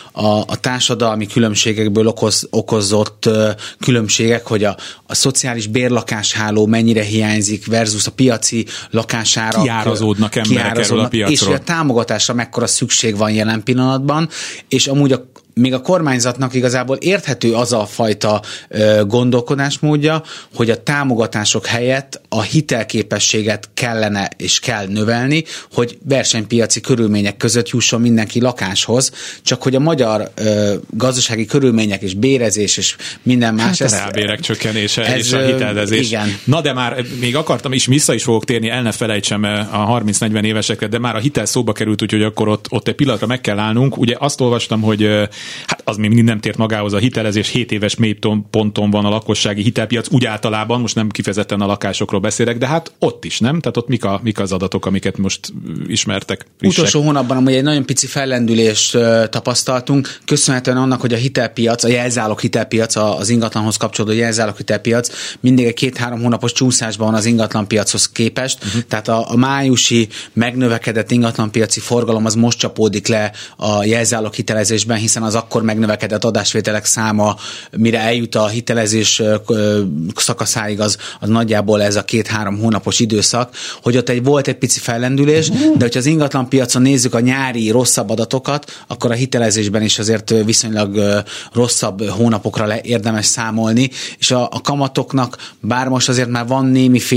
a társadalmi különbségekből okozott különbségek, hogy a szociális bérlakásháló mennyire hiányzik versus a piaci lakására kiárazódnak emberek erről a piacról. És hogy a támogatásra mekkora szükség van jelen pillanatban, és amúgy még a kormányzatnak igazából érthető az a fajta gondolkodásmódja, hogy a támogatások helyett a hitelképességet kellene és kell növelni, hogy versenypiaci körülmények között jusson mindenki lakáshoz, csak hogy a magyar gazdasági körülmények és bérezés és minden más. Hát a reálbérek csökkenése és a hitelezés. Igen. Na de már még akartam, és vissza is fogok térni, el ne felejtsem a 30-40 évesekre, de már a hitel szóba került, úgyhogy akkor ott egy pillanatra meg kell állnunk. Ugye azt olvastam, hogy hát az még mindig nem tért magához a hitelezés, 7 éves mélyponton van a lakossági hitelpiac, úgy általában, most nem kifejezetten a lakásokról beszélek, de hát ott is, nem? Tehát ott mik az adatok, amiket most ismertek? Frissek? Utolsó hónapban amúgy egy nagyon pici fellendülést tapasztaltunk, köszönhetően annak, hogy a hitelpiac, a jelzálog hitelpiac, az ingatlanhoz kapcsolódó jelzálog hitelpiac mindig egy 2-3 hónapos csúszásban van az ingatlanpiachoz képest, tehát a májusi megnövekedett ingatlanpiaci forgalom az most csapódik le a jelzálog hitelezésben, hiszen az akkor megnövekedett adásvételek száma, mire eljut a hitelezés szakaszáig, az nagyjából ez a 2-3 hónapos időszak, hogy ott volt egy pici fellendülés, de hogyha az ingatlan piacon nézzük a nyári rosszabb adatokat, akkor a hitelezésben is azért viszonylag rosszabb hónapokra érdemes számolni, és a kamatoknak, bár most azért már van némiféle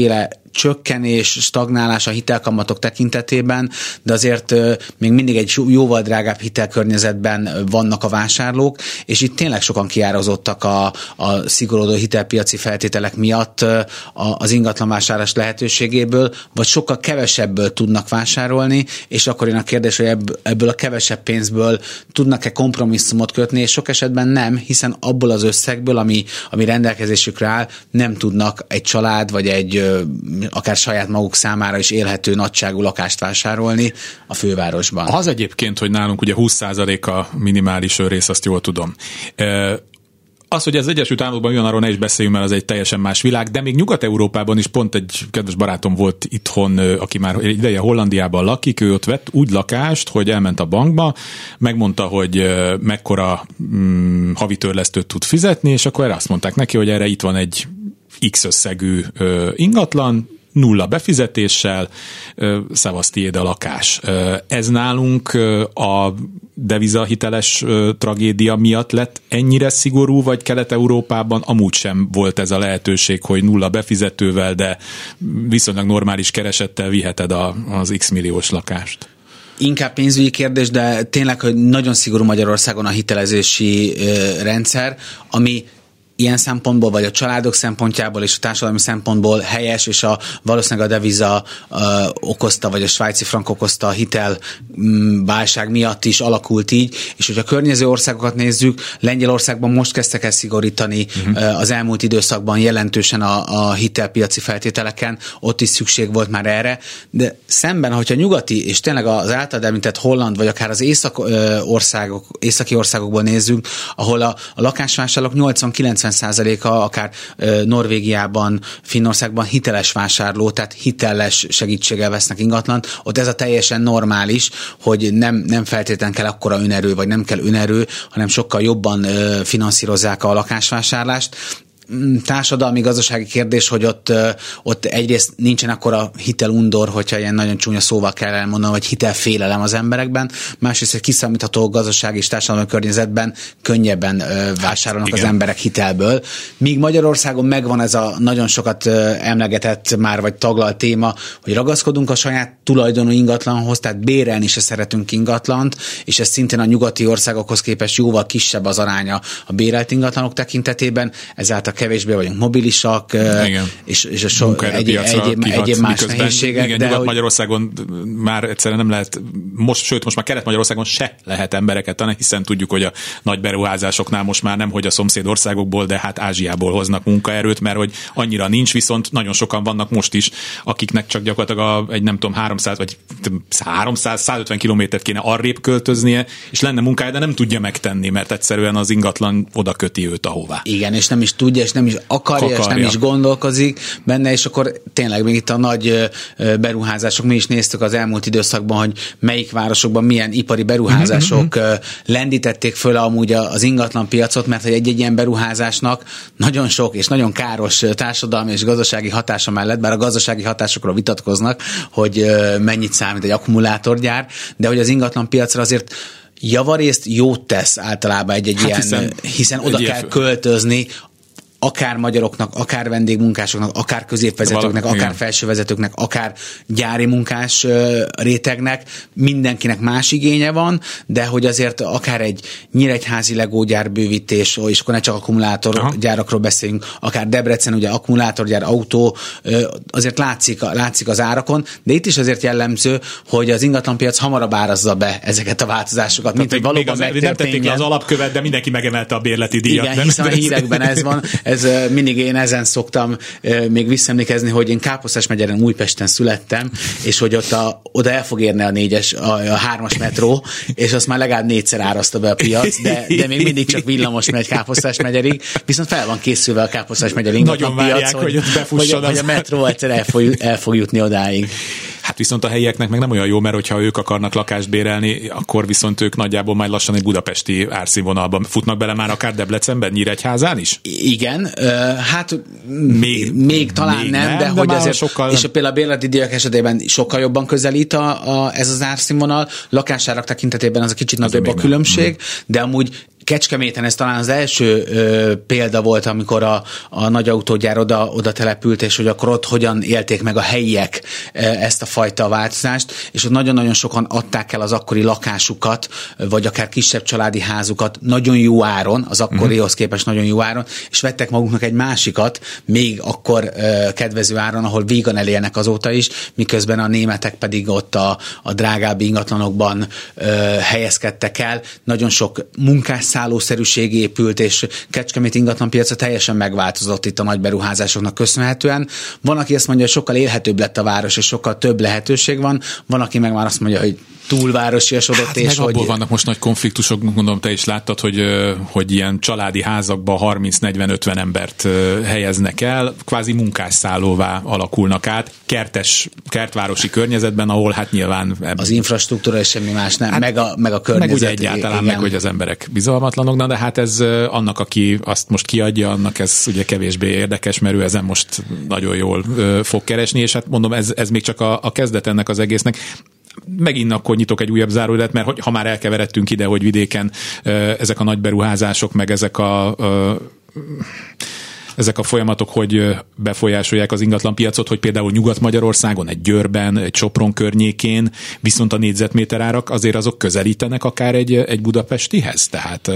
csökkenés, stagnálás a hitelkamatok tekintetében, de azért még mindig egy jóval drágább hitelkörnyezetben vannak a vásárlók, és itt tényleg sokan kiárazottak a szigorodó hitelpiaci feltételek miatt az ingatlanvásárlás lehetőségéből, vagy sokkal kevesebből tudnak vásárolni, és akkor jön a kérdés, hogy ebből a kevesebb pénzből tudnak-e kompromisszumot kötni, és sok esetben nem, hiszen abból az összegből, ami rendelkezésükre áll, nem tudnak egy család, vagy egy akár saját maguk számára is élhető nagyságú lakást vásárolni a fővárosban. Az egyébként, hogy nálunk ugye 20% a minimális önrész, azt jól tudom. Az, hogy az Egyesült Államokban jön, arról ne is beszéljünk, mert az egy teljesen más világ, de még Nyugat-Európában is pont egy kedves barátom volt itthon, aki már ideje Hollandiában lakik, ő ott vett úgy lakást, hogy elment a bankba, megmondta, hogy mekkora havi törlesztőt tud fizetni, és akkor erre azt mondták neki, hogy erre itt van egy X összegű ingatlan, 0 befizetéssel, szavasz, tiéd a lakás. Ez nálunk a devizahiteles tragédia miatt lett ennyire szigorú, vagy Kelet-Európában amúgy sem volt ez a lehetőség, hogy 0 befizetővel, de viszonylag normális keresettel viheted az X milliós lakást? Inkább pénzügyi kérdés, de tényleg, hogy nagyon szigorú Magyarországon a hitelezési rendszer, ami ilyen szempontból, vagy a családok szempontjából és a társadalmi szempontból helyes, és valószínűleg a deviza okozta, vagy a svájci frank okozta a hitelválság miatt is alakult így, és hogyha a környező országokat nézzük, Lengyelországban most kezdtek el szigorítani az elmúlt időszakban jelentősen a hitelpiaci feltételeken, ott is szükség volt már erre, de szemben, hogyha nyugati, és tényleg az általad említett holland, vagy akár az északi országokból nézzünk, ahol a lakásvásárlók 80-90%-a akár Norvégiában, Finnországban hiteles vásárló, tehát hiteles segítséggel vesznek ingatlant. Ott ez a teljesen normális, hogy nem feltétlenül kell akkora önerő, vagy nem kell önerő, hanem sokkal jobban finanszírozzák a lakásvásárlást. Társadalmi, gazdasági kérdés, hogy ott egyrészt nincsen akkora hitelundor, hogyha ilyen nagyon csúnya szóval kell elmondanom, vagy hitelfélelem az emberekben, másrészt egy kiszámítható gazdasági és társadalmi környezetben könnyebben vásárolnak az emberek hitelből. Míg Magyarországon megvan ez a nagyon sokat emlegetett már, vagy taglalt téma, hogy ragaszkodunk a saját tulajdonú ingatlanhoz, tehát bérelni se szeretünk ingatlant, és ez szintén a nyugati országokhoz képest jóval kisebb az aránya a bérelt ingatlanok tekintetében, ezáltal kevésbé vagyunk mobilisak, és egyéb más nehézségek. Igen, Nyugat-Magyarországon már egyszerűen nem lehet, most már Kelet-Magyarországon se lehet embereket tanulni, hiszen tudjuk, hogy a nagy beruházásoknál most már nem, hogy a szomszéd országokból, de hát Ázsiából hoznak munkaerőt, mert hogy annyira nincs, viszont nagyon sokan vannak most is, akiknek csak gyakorlatilag egy nem tudom 300 vagy 300-150 kilométert kéne arrébb költöznie, és lenne munkája, de nem tudja megtenni, mert egyszerűen az ingatlan oda köti őt ahová. Igen, és nem is tudja, és nem is akarja, és nem is gondolkozik benne, és akkor tényleg még itt a nagy beruházások, mi is néztük az elmúlt időszakban, hogy melyik városokban milyen ipari beruházások lendítették föl amúgy az ingatlan piacot, mert hogy egy ilyen beruházásnak nagyon sok és nagyon káros társadalmi és gazdasági hatása mellett, bár a gazdasági hatásokról vitatkoznak, hogy mennyit számít egy akkumulátorgyár, de hogy az ingatlan piacra azért javarészt jót tesz általában egy ilyen, hiszen oda kell költözni, akár magyaroknak, akár vendégmunkásoknak, akár középvezetőknek, akár felsővezetőknek, akár gyári munkás rétegnek, mindenkinek más igénye van, de hogy azért akár egy nyíregyházi legógyár bővítés, és akkor ne csak akkumulátorgyárakról beszélünk, akár Debrecen, ugye akkumulátorgyár, autó, azért látszik az árakon, de itt is azért jellemző, hogy az ingatlanpiac hamarabb árazza be ezeket a változásokat, mint hogy valóban nem tették le az alapkövet, de mindenki megemelte a bérleti díjat. Igen, hiszen a hírekben ez van. Mindig én ezen szoktam még visszaemlékezni, hogy én Káposztás megyeren, Újpesten születtem, és hogy oda el fog érni a 3-as metró, és azt már legalább 4-szer árazta be a piac, de még mindig csak villamos megy Káposztás megyerig, viszont fel van készülve a Káposztás megyer ingatlan piac, hogy a metró egyszer el fog jutni odáig. Hát viszont a helyieknek meg nem olyan jó, mert hogyha ők akarnak lakást bérelni, akkor viszont ők nagyjából majd lassan egy budapesti árszínvonalban futnak bele már akár Debrecenben, Nyíregyházán is? Igen, hát még talán nem, de hogy azért sokkal... És például a bérleti díjak esetében sokkal jobban közelít ez az árszínvonal, lakásárak tekintetében az a kicsit nagyobb a különbség, de amúgy Kecskeméten ez talán az első példa volt, amikor a nagy autógyár oda települt, és hogy akkor ott hogyan élték meg a helyiek ezt a fajta változást, és ott nagyon-nagyon sokan adták el az akkori lakásukat, vagy akár kisebb családi házukat nagyon jó áron, az akkorihoz képest nagyon jó áron, és vettek maguknak egy másikat, még akkor kedvező áron, ahol vígan elélnek azóta is, miközben a németek pedig ott a drágább ingatlanokban helyezkedtek el. Nagyon sok munkásszállószerűség épült, és Kecskemét ingatlanpiaca teljesen megváltozott itt a nagy beruházásoknak köszönhetően. Van, aki azt mondja, hogy sokkal élhetőbb lett a város, és sokkal több lehetőség van aki meg már azt mondja, hogy túlvárosiasodott. Hát és abból vannak most nagy konfliktusok, gondolom te is láttad, hogy ilyen családi házakba 30-40-50 embert helyeznek el, kvázi munkásszállóvá alakulnak át, kertvárosi környezetben, ahol hát nyilván... Az infrastruktúra és semmi más nem, hát, meg a környezet. Meg ugye egyáltalán, meg hogy az emberek bizalmatlanok, de hát ez annak, aki azt most kiadja, annak ez ugye kevésbé érdekes, mert ő ezen most nagyon jól fog keresni, és hát mondom, ez még csak a kezdet ennek az egésznek. Megint akkor nyitok egy újabb zárójelet, mert ha már elkeveredtünk ide, hogy vidéken ezek a nagy beruházások, meg ezek a folyamatok, hogy befolyásolják az ingatlanpiacot, hogy például Nyugat-Magyarországon, egy Győrben, egy Sopron környékén, viszont a négyzetméter árak azért azok közelítenek akár egy budapestihez, tehát...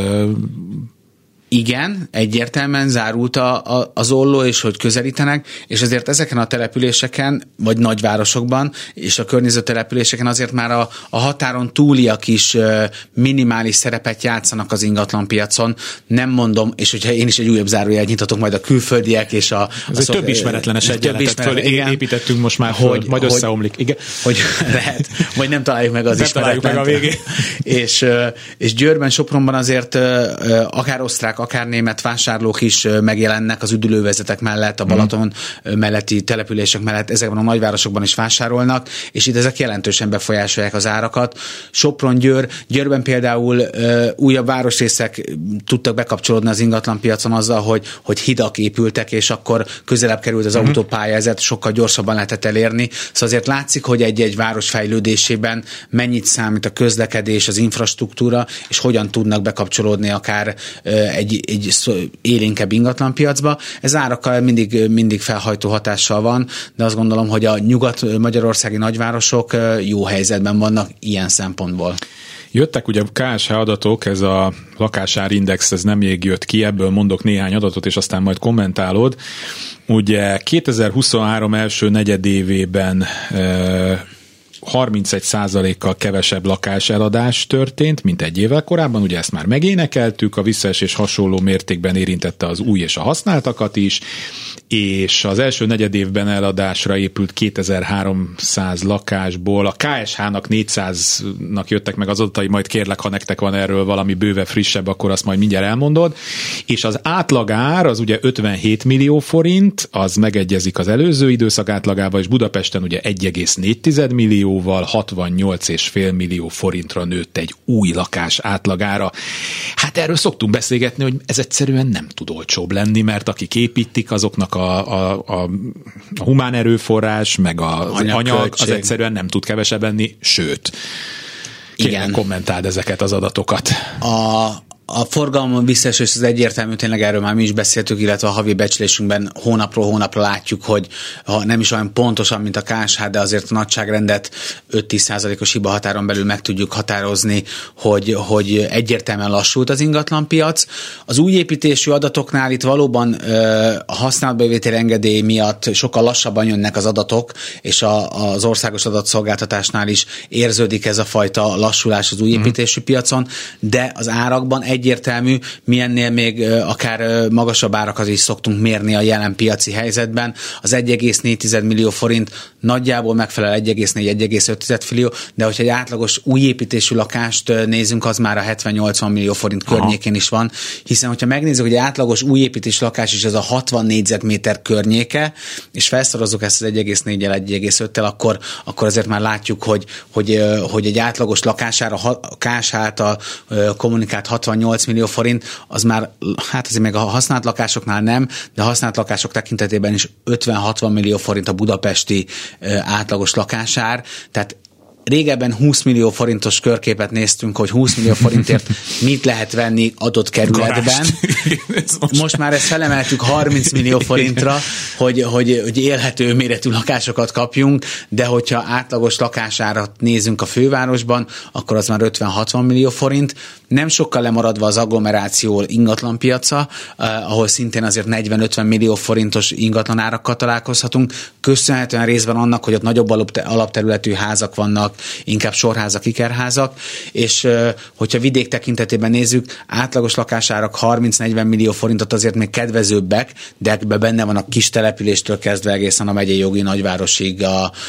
Igen, egyértelműen zárult az olló, és hogy közelítenek, és azért ezeken a településeken, vagy nagyvárosokban, és a környező településeken azért már a határon túliak is minimális szerepet játszanak az ingatlanpiacon. Nem mondom, és hogyha én is egy újabb zárójelet nyitatok, majd a külföldiek és ez több ismeretlenes egyenletet építettünk most már, hogy majd összeomlik. Igen. Hogy lehet, vagy nem találjuk meg az ismeretlen. Meg a végén. És Győrben, Sopronban azért akár osztrák, akár német vásárlók is megjelennek az üdülővezetek mellett, a Balaton melletti települések mellett, ezekben a nagyvárosokban is vásárolnak, és itt ezek jelentősen befolyásolják az árakat. Sopron, Győrben például újabb városrészek tudtak bekapcsolódni az ingatlanpiacon azzal, hogy hidak épültek, és akkor közelebb került az autópálya, ezért sokkal gyorsabban lehetett elérni. Szóval azért látszik, hogy egy város fejlődésében mennyit számít a közlekedés, az infrastruktúra, és hogyan tudnak bekapcsolódni akár egy élénkebb ingatlanpiacba. Ez árakkal mindig felhajtó hatással van, de azt gondolom, hogy a nyugat-magyarországi nagyvárosok jó helyzetben vannak ilyen szempontból. Jöttek ugye KSH adatok, ez a lakásárindex, ez nem még jött ki, ebből mondok néhány adatot, és aztán majd kommentálod. Ugye 2023 első negyedévében 31%-kal kevesebb lakáseladás történt, mint egy évvel korábban, ugye ezt már megénekeltük, a visszaesés hasonló mértékben érintette az új és a használtakat is, és az első negyedévben eladásra épült 2300 lakásból, a KSH-nak 400-nak jöttek meg az adatai, majd kérlek, ha nektek van erről valami bőve frissebb, akkor azt majd mindjárt elmondod, és az átlagár az ugye 57 millió forint, az megegyezik az előző időszak átlagával, és Budapesten ugye 1,4 millióval 68,5 millió forintra nőtt egy új lakás átlagára. Hát erről szoktunk beszélgetni, hogy ez egyszerűen nem tud olcsóbb lenni, mert akik építik, azoknak a humán erőforrás, meg az anyag, az egyszerűen nem tud kevesebb lenni, sőt. Kérlek, kommentáld ezeket az adatokat. A forgalmon visszaesés az egyértelmű, tényleg erről már mi is beszéltük, illetve a havi becslésünkben hónapról hónapra látjuk, hogy ha nem is olyan pontosan, mint a KSH, de azért a nagyságrendet 5-10%-os hiba határon belül meg tudjuk határozni, hogy egyértelműen lassult az ingatlanpiac. Az új építésű adatoknál itt valóban a használatbevételi engedély miatt sokkal lassabban jönnek az adatok, és az országos adatszolgáltatásnál is érződik ez a fajta lassulás az új építésű piacon, de az árakban egyértelmű, mi ennél még akár magasabb árakat is szoktunk mérni a jelen piaci helyzetben. Az 1,4 millió forint nagyjából megfelel 1,4-1,5 millió, de hogyha egy átlagos új építésű lakást nézünk, az már a 70-80 millió forint környékén is van, hiszen hogyha megnézzük, hogy átlagos új építésű lakás is ez a 60 négyzetméter környéke, és felszorozzuk ezt az 1,4-el, 1,5-tel, akkor azért már látjuk, hogy egy átlagos lakására a KSH által kommunikált 68 millió forint, az már, hát azért még a használt lakásoknál nem, de a használt lakások tekintetében is 50-60 millió forint a budapesti átlagos lakásár, tehát régebben 20 millió forintos körképet néztünk, hogy 20 millió forintért mit lehet venni adott kerületben. Most már ezt felemeltük 30 millió forintra, hogy élhető méretű lakásokat kapjunk, de hogyha átlagos lakásárat nézünk a fővárosban, akkor az már 50-60 millió forint. Nem sokkal lemaradva az agglomeráció ingatlanpiaca, ahol szintén azért 40-50 millió forintos ingatlanárakkal találkozhatunk, köszönhetően részben annak, hogy ott nagyobb alapterületű házak vannak, inkább sorházak, ikerházak, és hogyha vidék tekintetében nézzük, átlagos lakásárak 30-40 millió forintot azért még kedvezőbbek, de ebben benne van a kis településtől kezdve egészen a megyei jogi nagyvárosig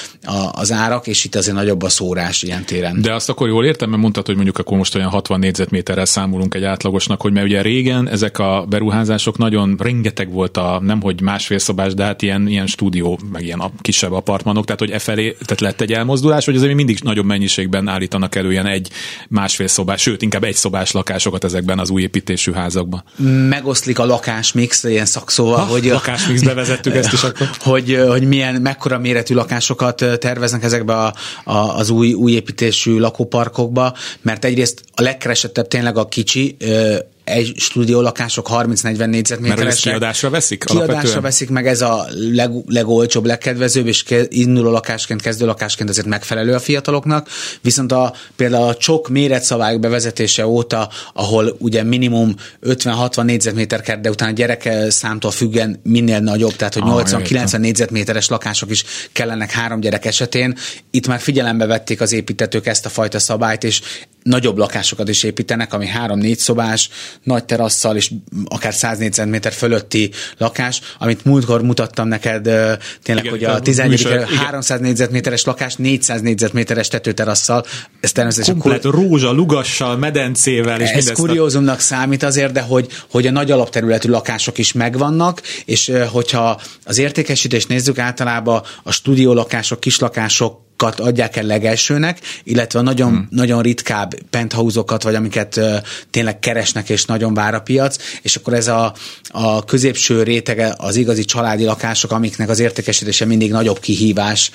az árak, és itt azért nagyobb a szórás ilyen téren. De azt akkor jól értem, mert mondtad, hogy mondjuk akkor most olyan 60 négyzetméterrel számolunk egy átlagosnak, hogy mert ugye régen ezek a beruházások nagyon rengeteg volt nemhogy másfél szobás, de hát ilyen stúdió, meg ilyen kisebb apartmanok, tehát hogy tehát lett egy elmozdulás, hogy azért mindig nagyobb mennyiségben állítanak elő ilyen másfél szobás, sőt, inkább egy szobás lakásokat ezekben az új építésű házakban. Megoszlik a lakásmix, ilyen szakszóval, hogy lakásmixbe vezettük ezt is akkor. Hogy mekkora méretű lakásokat terveznek ezekbe az új építésű lakóparkokba, mert egyrészt a legkeresettebb tényleg a kicsi, egy stúdiólakások 30-40 négyzetméteresek. Mert kiadásra veszik? Kiadásra veszik, meg ez a legolcsóbb, legkedvezőbb, és induló lakásként, kezdő lakásként azért megfelelő a fiataloknak. Viszont például a csok méretszabályok bevezetése óta, ahol ugye minimum 50-60 négyzetméter kell, de utána a gyerek számtól függen minél nagyobb, tehát hogy 80-90 négyzetméteres lakások is kellenek 3 gyerek esetén. Itt már figyelembe vették az építetők ezt a fajta szabályt, és nagyobb lakásokat is építenek, ami 3-4 szobás, nagy terasszal és akár 100 négyzetméter fölötti lakás, amit múltkor mutattam neked tényleg, igen, hogy a 11. 300 négyzetméteres lakás 400 négyzetméteres tetőterasszal. Ez természetesen komplet rózsa, lugassal, medencével. És ez kuriózumnak számít azért, de hogy a nagy alapterületű lakások is megvannak, és hogyha az értékesítést nézzük, általában a stúdiólakások, kislakások adják el legelsőnek, illetve a nagyon ritkább penthouseokat, vagy amiket tényleg keresnek, és nagyon vár a piac, és akkor ez a középső rétege az igazi családi lakások, amiknek az értékesítése mindig nagyobb kihívás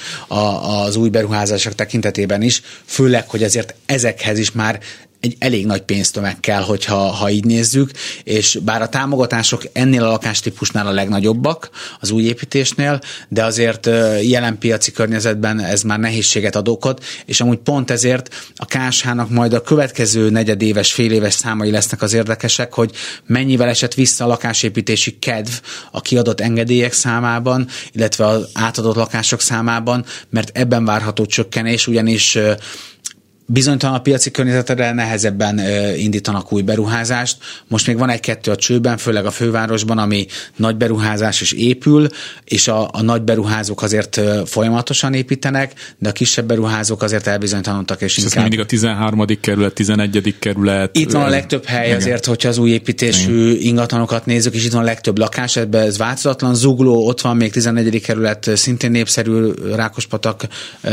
az új beruházások tekintetében is, főleg, hogy azért ezekhez is már egy elég nagy pénztömeg kell, ha így nézzük, és bár a támogatások ennél a lakástípusnál a legnagyobbak az új építésnél, de azért jelen piaci környezetben ez már nehézséget ad okot, és amúgy pont ezért a KSH-nak majd a következő negyedéves, féléves számai lesznek az érdekesek, hogy mennyivel esett vissza a lakásépítési kedv a kiadott engedélyek számában, illetve az átadott lakások számában, mert ebben várható csökkenés, ugyanis bizonytalan a piaci környezetre, nehezebben indítanak új beruházást. Most még van egy-kettő a csőben, főleg a fővárosban, ami nagy beruházás is épül, és a nagy beruházók azért folyamatosan építenek, de a kisebb beruházók azért elbizonytalanodtak, és inkább... mindig a 13. kerület, 11. kerület... Itt van a legtöbb hely azért, hogyha az új építésű ingatlanokat nézzük, és itt van a legtöbb lakás, ebben ez változatlan. Zugló, ott van még 14. kerület, szintén népszerű, Rákospatak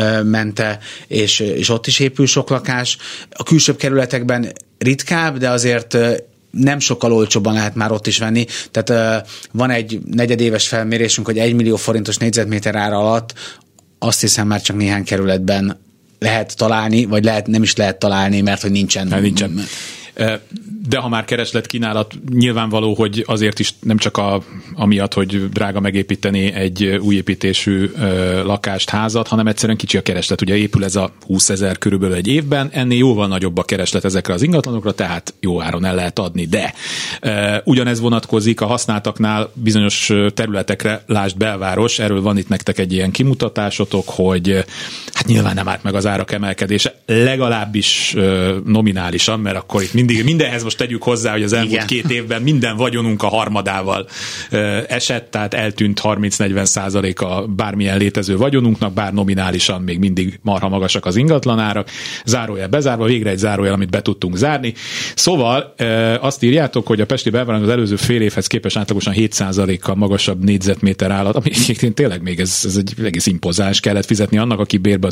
mente, és ott is épül sok lakás. A külsőbb kerületekben ritkább, de azért nem sokkal olcsóbban lehet már ott is venni. Tehát van egy negyedéves felmérésünk, hogy 1 millió forintos négyzetméter ára alatt azt hiszem már csak néhány kerületben lehet találni, vagy nem is lehet találni, mert hogy nincsen. De ha már kereslet-kínálat, nyilvánvaló, hogy azért is nem csak amiatt, hogy drága megépíteni egy új építésű lakást, házat, hanem egyszerűen kicsi a kereslet. Ugye épül ez a 20 000 körülbelül egy évben, ennél jóval nagyobb a kereslet ezekre az ingatlanokra, tehát jó áron el lehet adni. De ugyanez vonatkozik a használtaknál bizonyos területekre, lásd belváros, erről van itt nektek egy ilyen kimutatásotok, hogy hát nyilván nem állt meg az árak emelkedése, legalábbis nominálisan, mert akkor itt mindenhez most tegyük hozzá, hogy az elmúlt 2 évben minden vagyonunk a harmadával esett, tehát eltűnt 30-40% bármilyen létező vagyonunknak, bár nominálisan még mindig marha magasak az ingatlanárak. Zárójel bezárva, végre egy zárójel, amit be tudtunk zárni. Szóval azt írjátok, hogy a pesti belváros az előző fél évhez képest átlagosan 7%-kal magasabb négyzetméter állat, ami tényleg még ez egy egész impozáns, kellett fizetni annak, aki bérbe ad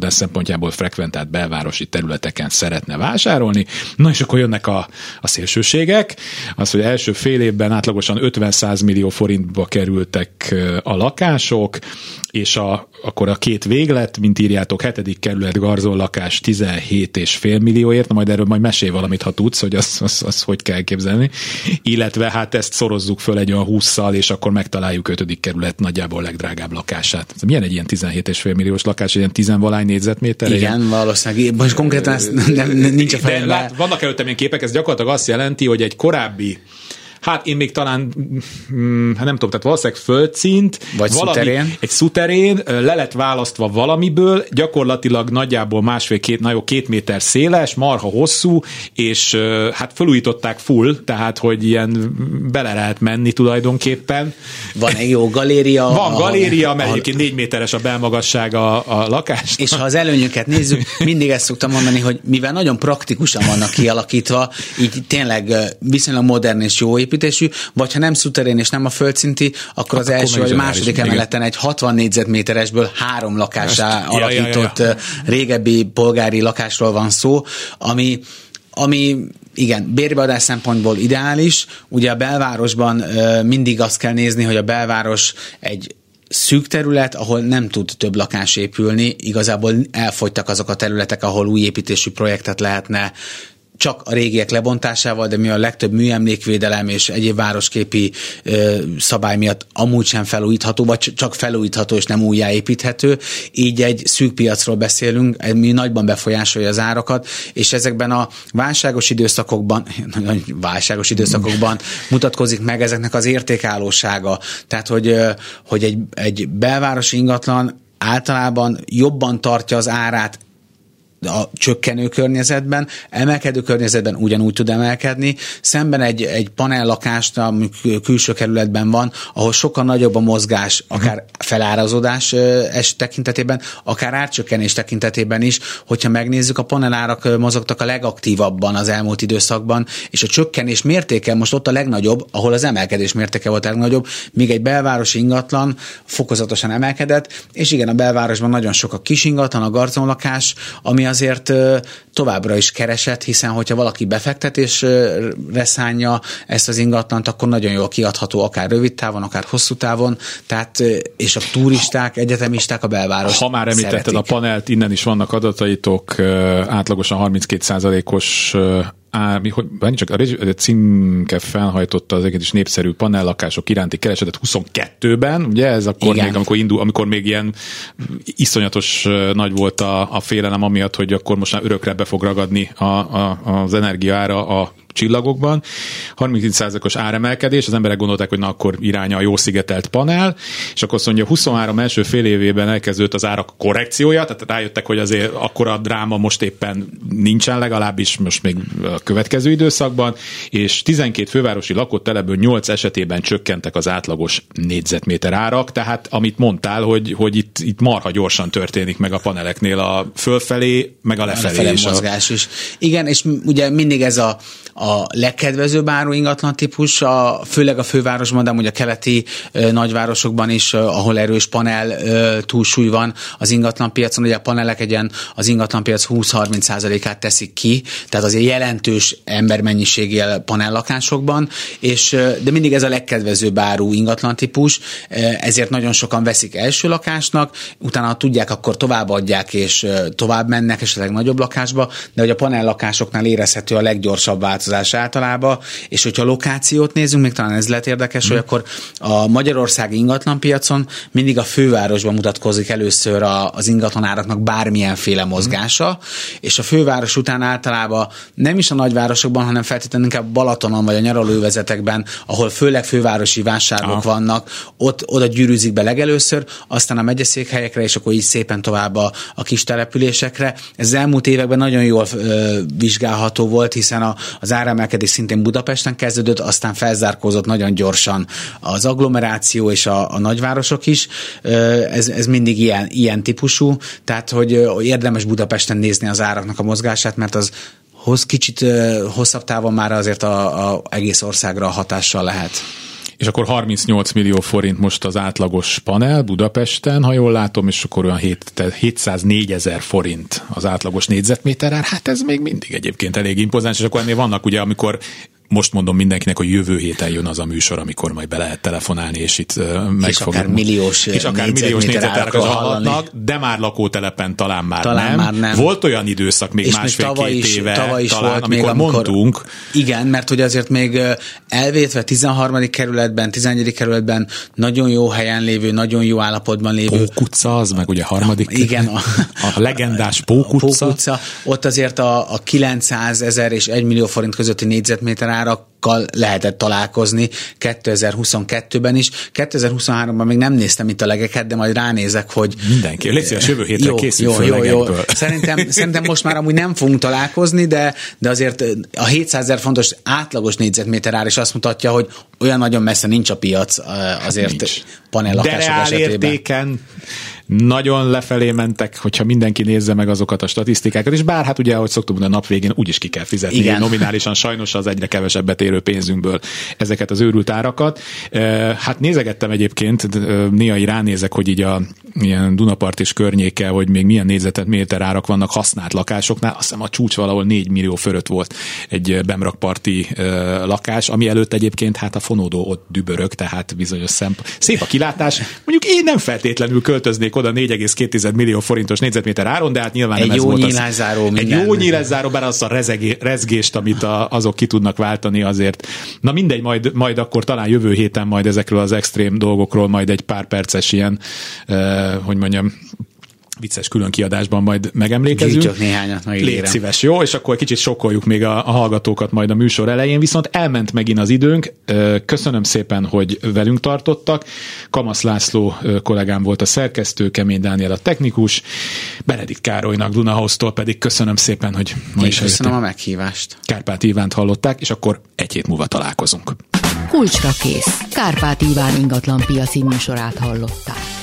bérbevadás szempontjából frekventált belvárosi területeken szeretne vásárolni. Na és akkor jönnek a szélsőségek. Az, hogy első fél évben átlagosan 50-100 millió forintba kerültek a lakások, és akkor a két véglet, mint írjátok, 7. kerület garzonlakás 17,5 millióért, majd erről majd mesélj valamit, ha tudsz, hogy az hogy kell elképzelni. Illetve hát ezt szorozzuk föl egy olyan 20-szal, és akkor megtaláljuk 5. kerület nagyjából legdrágább lakását. Milyen egy ilyen 17,5 milliós lakás, egy ilyen 10-valány négyzetméter? Igen, valószínűleg. Most konkrétan ez nincs a fejemben. Vannak előttem ilyen képek, ez gyakorlatilag azt jelenti, hogy egy korábbi, hát én még talán, nem tudom, tehát valószínűleg földszint, vagy szuterén. Egy szuterén le lett választva valamiből, gyakorlatilag nagyjából 2 méter széles, marha hosszú, és hát felújították full, tehát hogy ilyen bele lehet menni tulajdonképpen. Van egy jó galéria. Van galéria, mert egyébként 4 méteres a belmagassága a lakás. És ha az előnyöket nézzük, mindig ezt szoktam mondani, hogy mivel nagyon praktikusan vannak kialakítva, így tényleg viszonylag modern és jó építésű, vagy ha nem szuterén és nem a földszinti, akkor az első vagy második emeleten egy 60 négyzetméteresből 3 lakássá alakított régebbi polgári lakásról van szó, ami igen, bérbeadás szempontból ideális. Ugye a belvárosban mindig azt kell nézni, hogy a belváros egy szűk terület, ahol nem tud több lakás épülni, igazából elfogytak azok a területek, ahol új építésű projektet lehetne csak a régiek lebontásával, de mi a legtöbb műemlékvédelem és egyéb városképi szabály miatt amúgy sem felújítható, vagy csak felújítható és nem újjáépíthető. Így egy szűk piacról beszélünk, ami nagyban befolyásolja az árakat, és ezekben a válságos időszakokban mutatkozik meg ezeknek az értékállósága. Tehát, hogy egy belvárosi ingatlan általában jobban tartja az árát a csökkenő környezetben, emelkedő környezetben ugyanúgy tud emelkedni, szemben egy panellakást, ami külső kerületben van, ahol sokkal nagyobb a mozgás, akár felárazódás tekintetében, akár árcsökkenés tekintetében is, hogyha megnézzük, a panelárak mozogtak a legaktívabban az elmúlt időszakban, és a csökkenés mértéke most ott a legnagyobb, ahol az emelkedés mértéke volt a legnagyobb, míg egy belvárosi ingatlan fokozatosan emelkedett, és igen, a belvárosban nagyon sok a kis ingatlan, a garzonlakás, ami azért továbbra is keresett, hiszen hogyha valaki befektetésre szánja ezt az ingatlant, akkor nagyon jól kiadható, akár rövid távon, akár hosszú távon, tehát és a turisták, egyetemisták a belváros. Ha már említetted szeretik. A panelt, innen is vannak adataitok, átlagosan 32%-os csak a címke felhajtotta az egész népszerű panellakások iránti keresetet 22-ben, ugye ez akkor igen. Még, amikor még ilyen iszonyatos nagy volt a félelem amiatt, hogy akkor most már örökre be fog ragadni az energiaára a csillagokban. 32%-os áremelkedés, az emberek gondolták, hogy na akkor iránya a jó szigetelt panel, és akkor azt mondja, 23 első fél évében elkezdődött az árak korrekciója, tehát rájöttek, hogy azért akkora dráma most éppen nincsen, legalábbis most még a következő időszakban, és 12 fővárosi lakott telepből 8 esetében csökkentek az átlagos négyzetméter árak, tehát amit mondtál, hogy itt marha gyorsan történik meg a paneleknél a fölfelé, meg a lefelé is. Mozgás is. Igen, és ugye mindig ez a legkedvezőbb áru ingatlan típus, főleg a fővárosban, de ugye a keleti nagyvárosokban is, ahol erős panel túlsúly van az ingatlanpiacon, ugye a panelek az ingatlanpiac 20-30%-át teszik ki, tehát azért jelentős embermennyiségi panellakásokban, de mindig ez a legkedvezőbb áru ingatlan típus, ezért nagyon sokan veszik első lakásnak, utána ha tudják, akkor továbbadják és tovább mennek esetleg nagyobb lakásba, de hogy a panellakásoknál érezhető a leggyorsabb változás általában, és hogyha a lokációt nézzünk, még talán ez lehet érdekes, hogy akkor a magyarországi ingatlanpiacon mindig a fővárosban mutatkozik először az ingatlanáraknak bármilyenféle mozgása, és a főváros után általában nem is a nagyvárosokban, hanem feltétlenül inkább Balatonon vagy a nyaralóövezetekben, ahol főleg fővárosi vásárlók vannak, oda gyűrűzik be legelőször, aztán a megyeszékhelyekre, és akkor így szépen tovább a kis településekre. Ez az elmúlt években nagyon jól vizsgálható volt, hiszen az áremelkedés szintén Budapesten kezdődött, aztán felzárkózott nagyon gyorsan az agglomeráció és a nagyvárosok is. Ez mindig ilyen típusú, tehát hogy érdemes Budapesten nézni az áraknak a mozgását, mert az kicsit hosszabb távon már azért az egész országra hatással lehet. És akkor 38 millió forint most az átlagos panel Budapesten, ha jól látom, és akkor olyan 704 000 forint az átlagos négyzetméter ár. Hát ez még mindig egyébként elég impozáns, és akkor ennél vannak ugye, amikor most mondom mindenkinek, hogy jövő héten jön az a műsor, amikor majd be lehet telefonálni, és itt meg és akár milliós négyzetárakra hallhatnak, de már lakótelepen talán már nem. Volt olyan időszak még másfél-két éve, tavaly is talán, volt amikor még, mondtunk. Igen, mert hogy azért még elvétve 13. kerületben, 11. kerületben nagyon jó helyen lévő, nagyon jó állapotban lévő. Pók utca, az meg ugye harmadik. Igen. A legendás Pók utca. Ott azért a 900 000 és 1 millió forint közötti négyzetméter árakkal lehetett találkozni 2022-ben is. 2023-ban még nem néztem itt a legeket, de majd ránézek, hogy... Mindenki. Légy szíves, jövő hétre készül föl legekből. Szerintem most már amúgy nem fogunk találkozni, de azért a 700 000 fontos átlagos négyzetméter ár is azt mutatja, hogy olyan nagyon messze nincs a piac azért panellakások esetében. De reál értéken nagyon lefelé mentek, hogyha mindenki nézze meg azokat a statisztikákat, és bár hát ugye, ahogy szoktuk mondani, a nap végén úgyis ki kell fizetni. Igen. Nominálisan sajnos az egyre kevesebbet érő pénzünkből ezeket az őrült árakat. Hát nézegettem egyébként, néha ránézek, hogy így a ilyen Dunapart és környéke, hogy még milyen négyzetméter árak vannak használt lakásoknál. Azt hiszem a csúcs valahol 4 millió fölött volt egy bemrakparti lakás, ami előtt egyébként hát a fonódó ott dübörög, tehát bizonyos szép a kilátás. Mondjuk én nem feltétlenül költöznék oda 4,2 millió forintos négyzetméter áron, de hát nyilván egy nem ez jó volt nyílászáró az. Egy jó nyílászáró, bár azt a rezgést, amit azok ki tudnak váltani azért. Na mindegy, majd akkor talán jövő héten majd ezekről az extrém dolgokról majd egy pár perces ilyen, hogy mondjam, vicces külön kiadásban majd megemlékezünk. Gyűjtök néhányat, megígérem. Légy szíves, jó? És akkor kicsit sokkoljuk még a hallgatókat majd a műsor elején, viszont elment megint az időnk. Köszönöm szépen, hogy velünk tartottak. Kamasz László kollégám volt a szerkesztő, Kemény Dániel a technikus, Benedikt Károlynak Dunahouse-tól pedig köszönöm szépen, hogy ma is köszönöm a meghívást. Kárpát Ivánt hallották, és akkor egy hét múlva találkozunk. Kulcsra kész. Kárpát Iván ingatlan piaci műsorát hallották.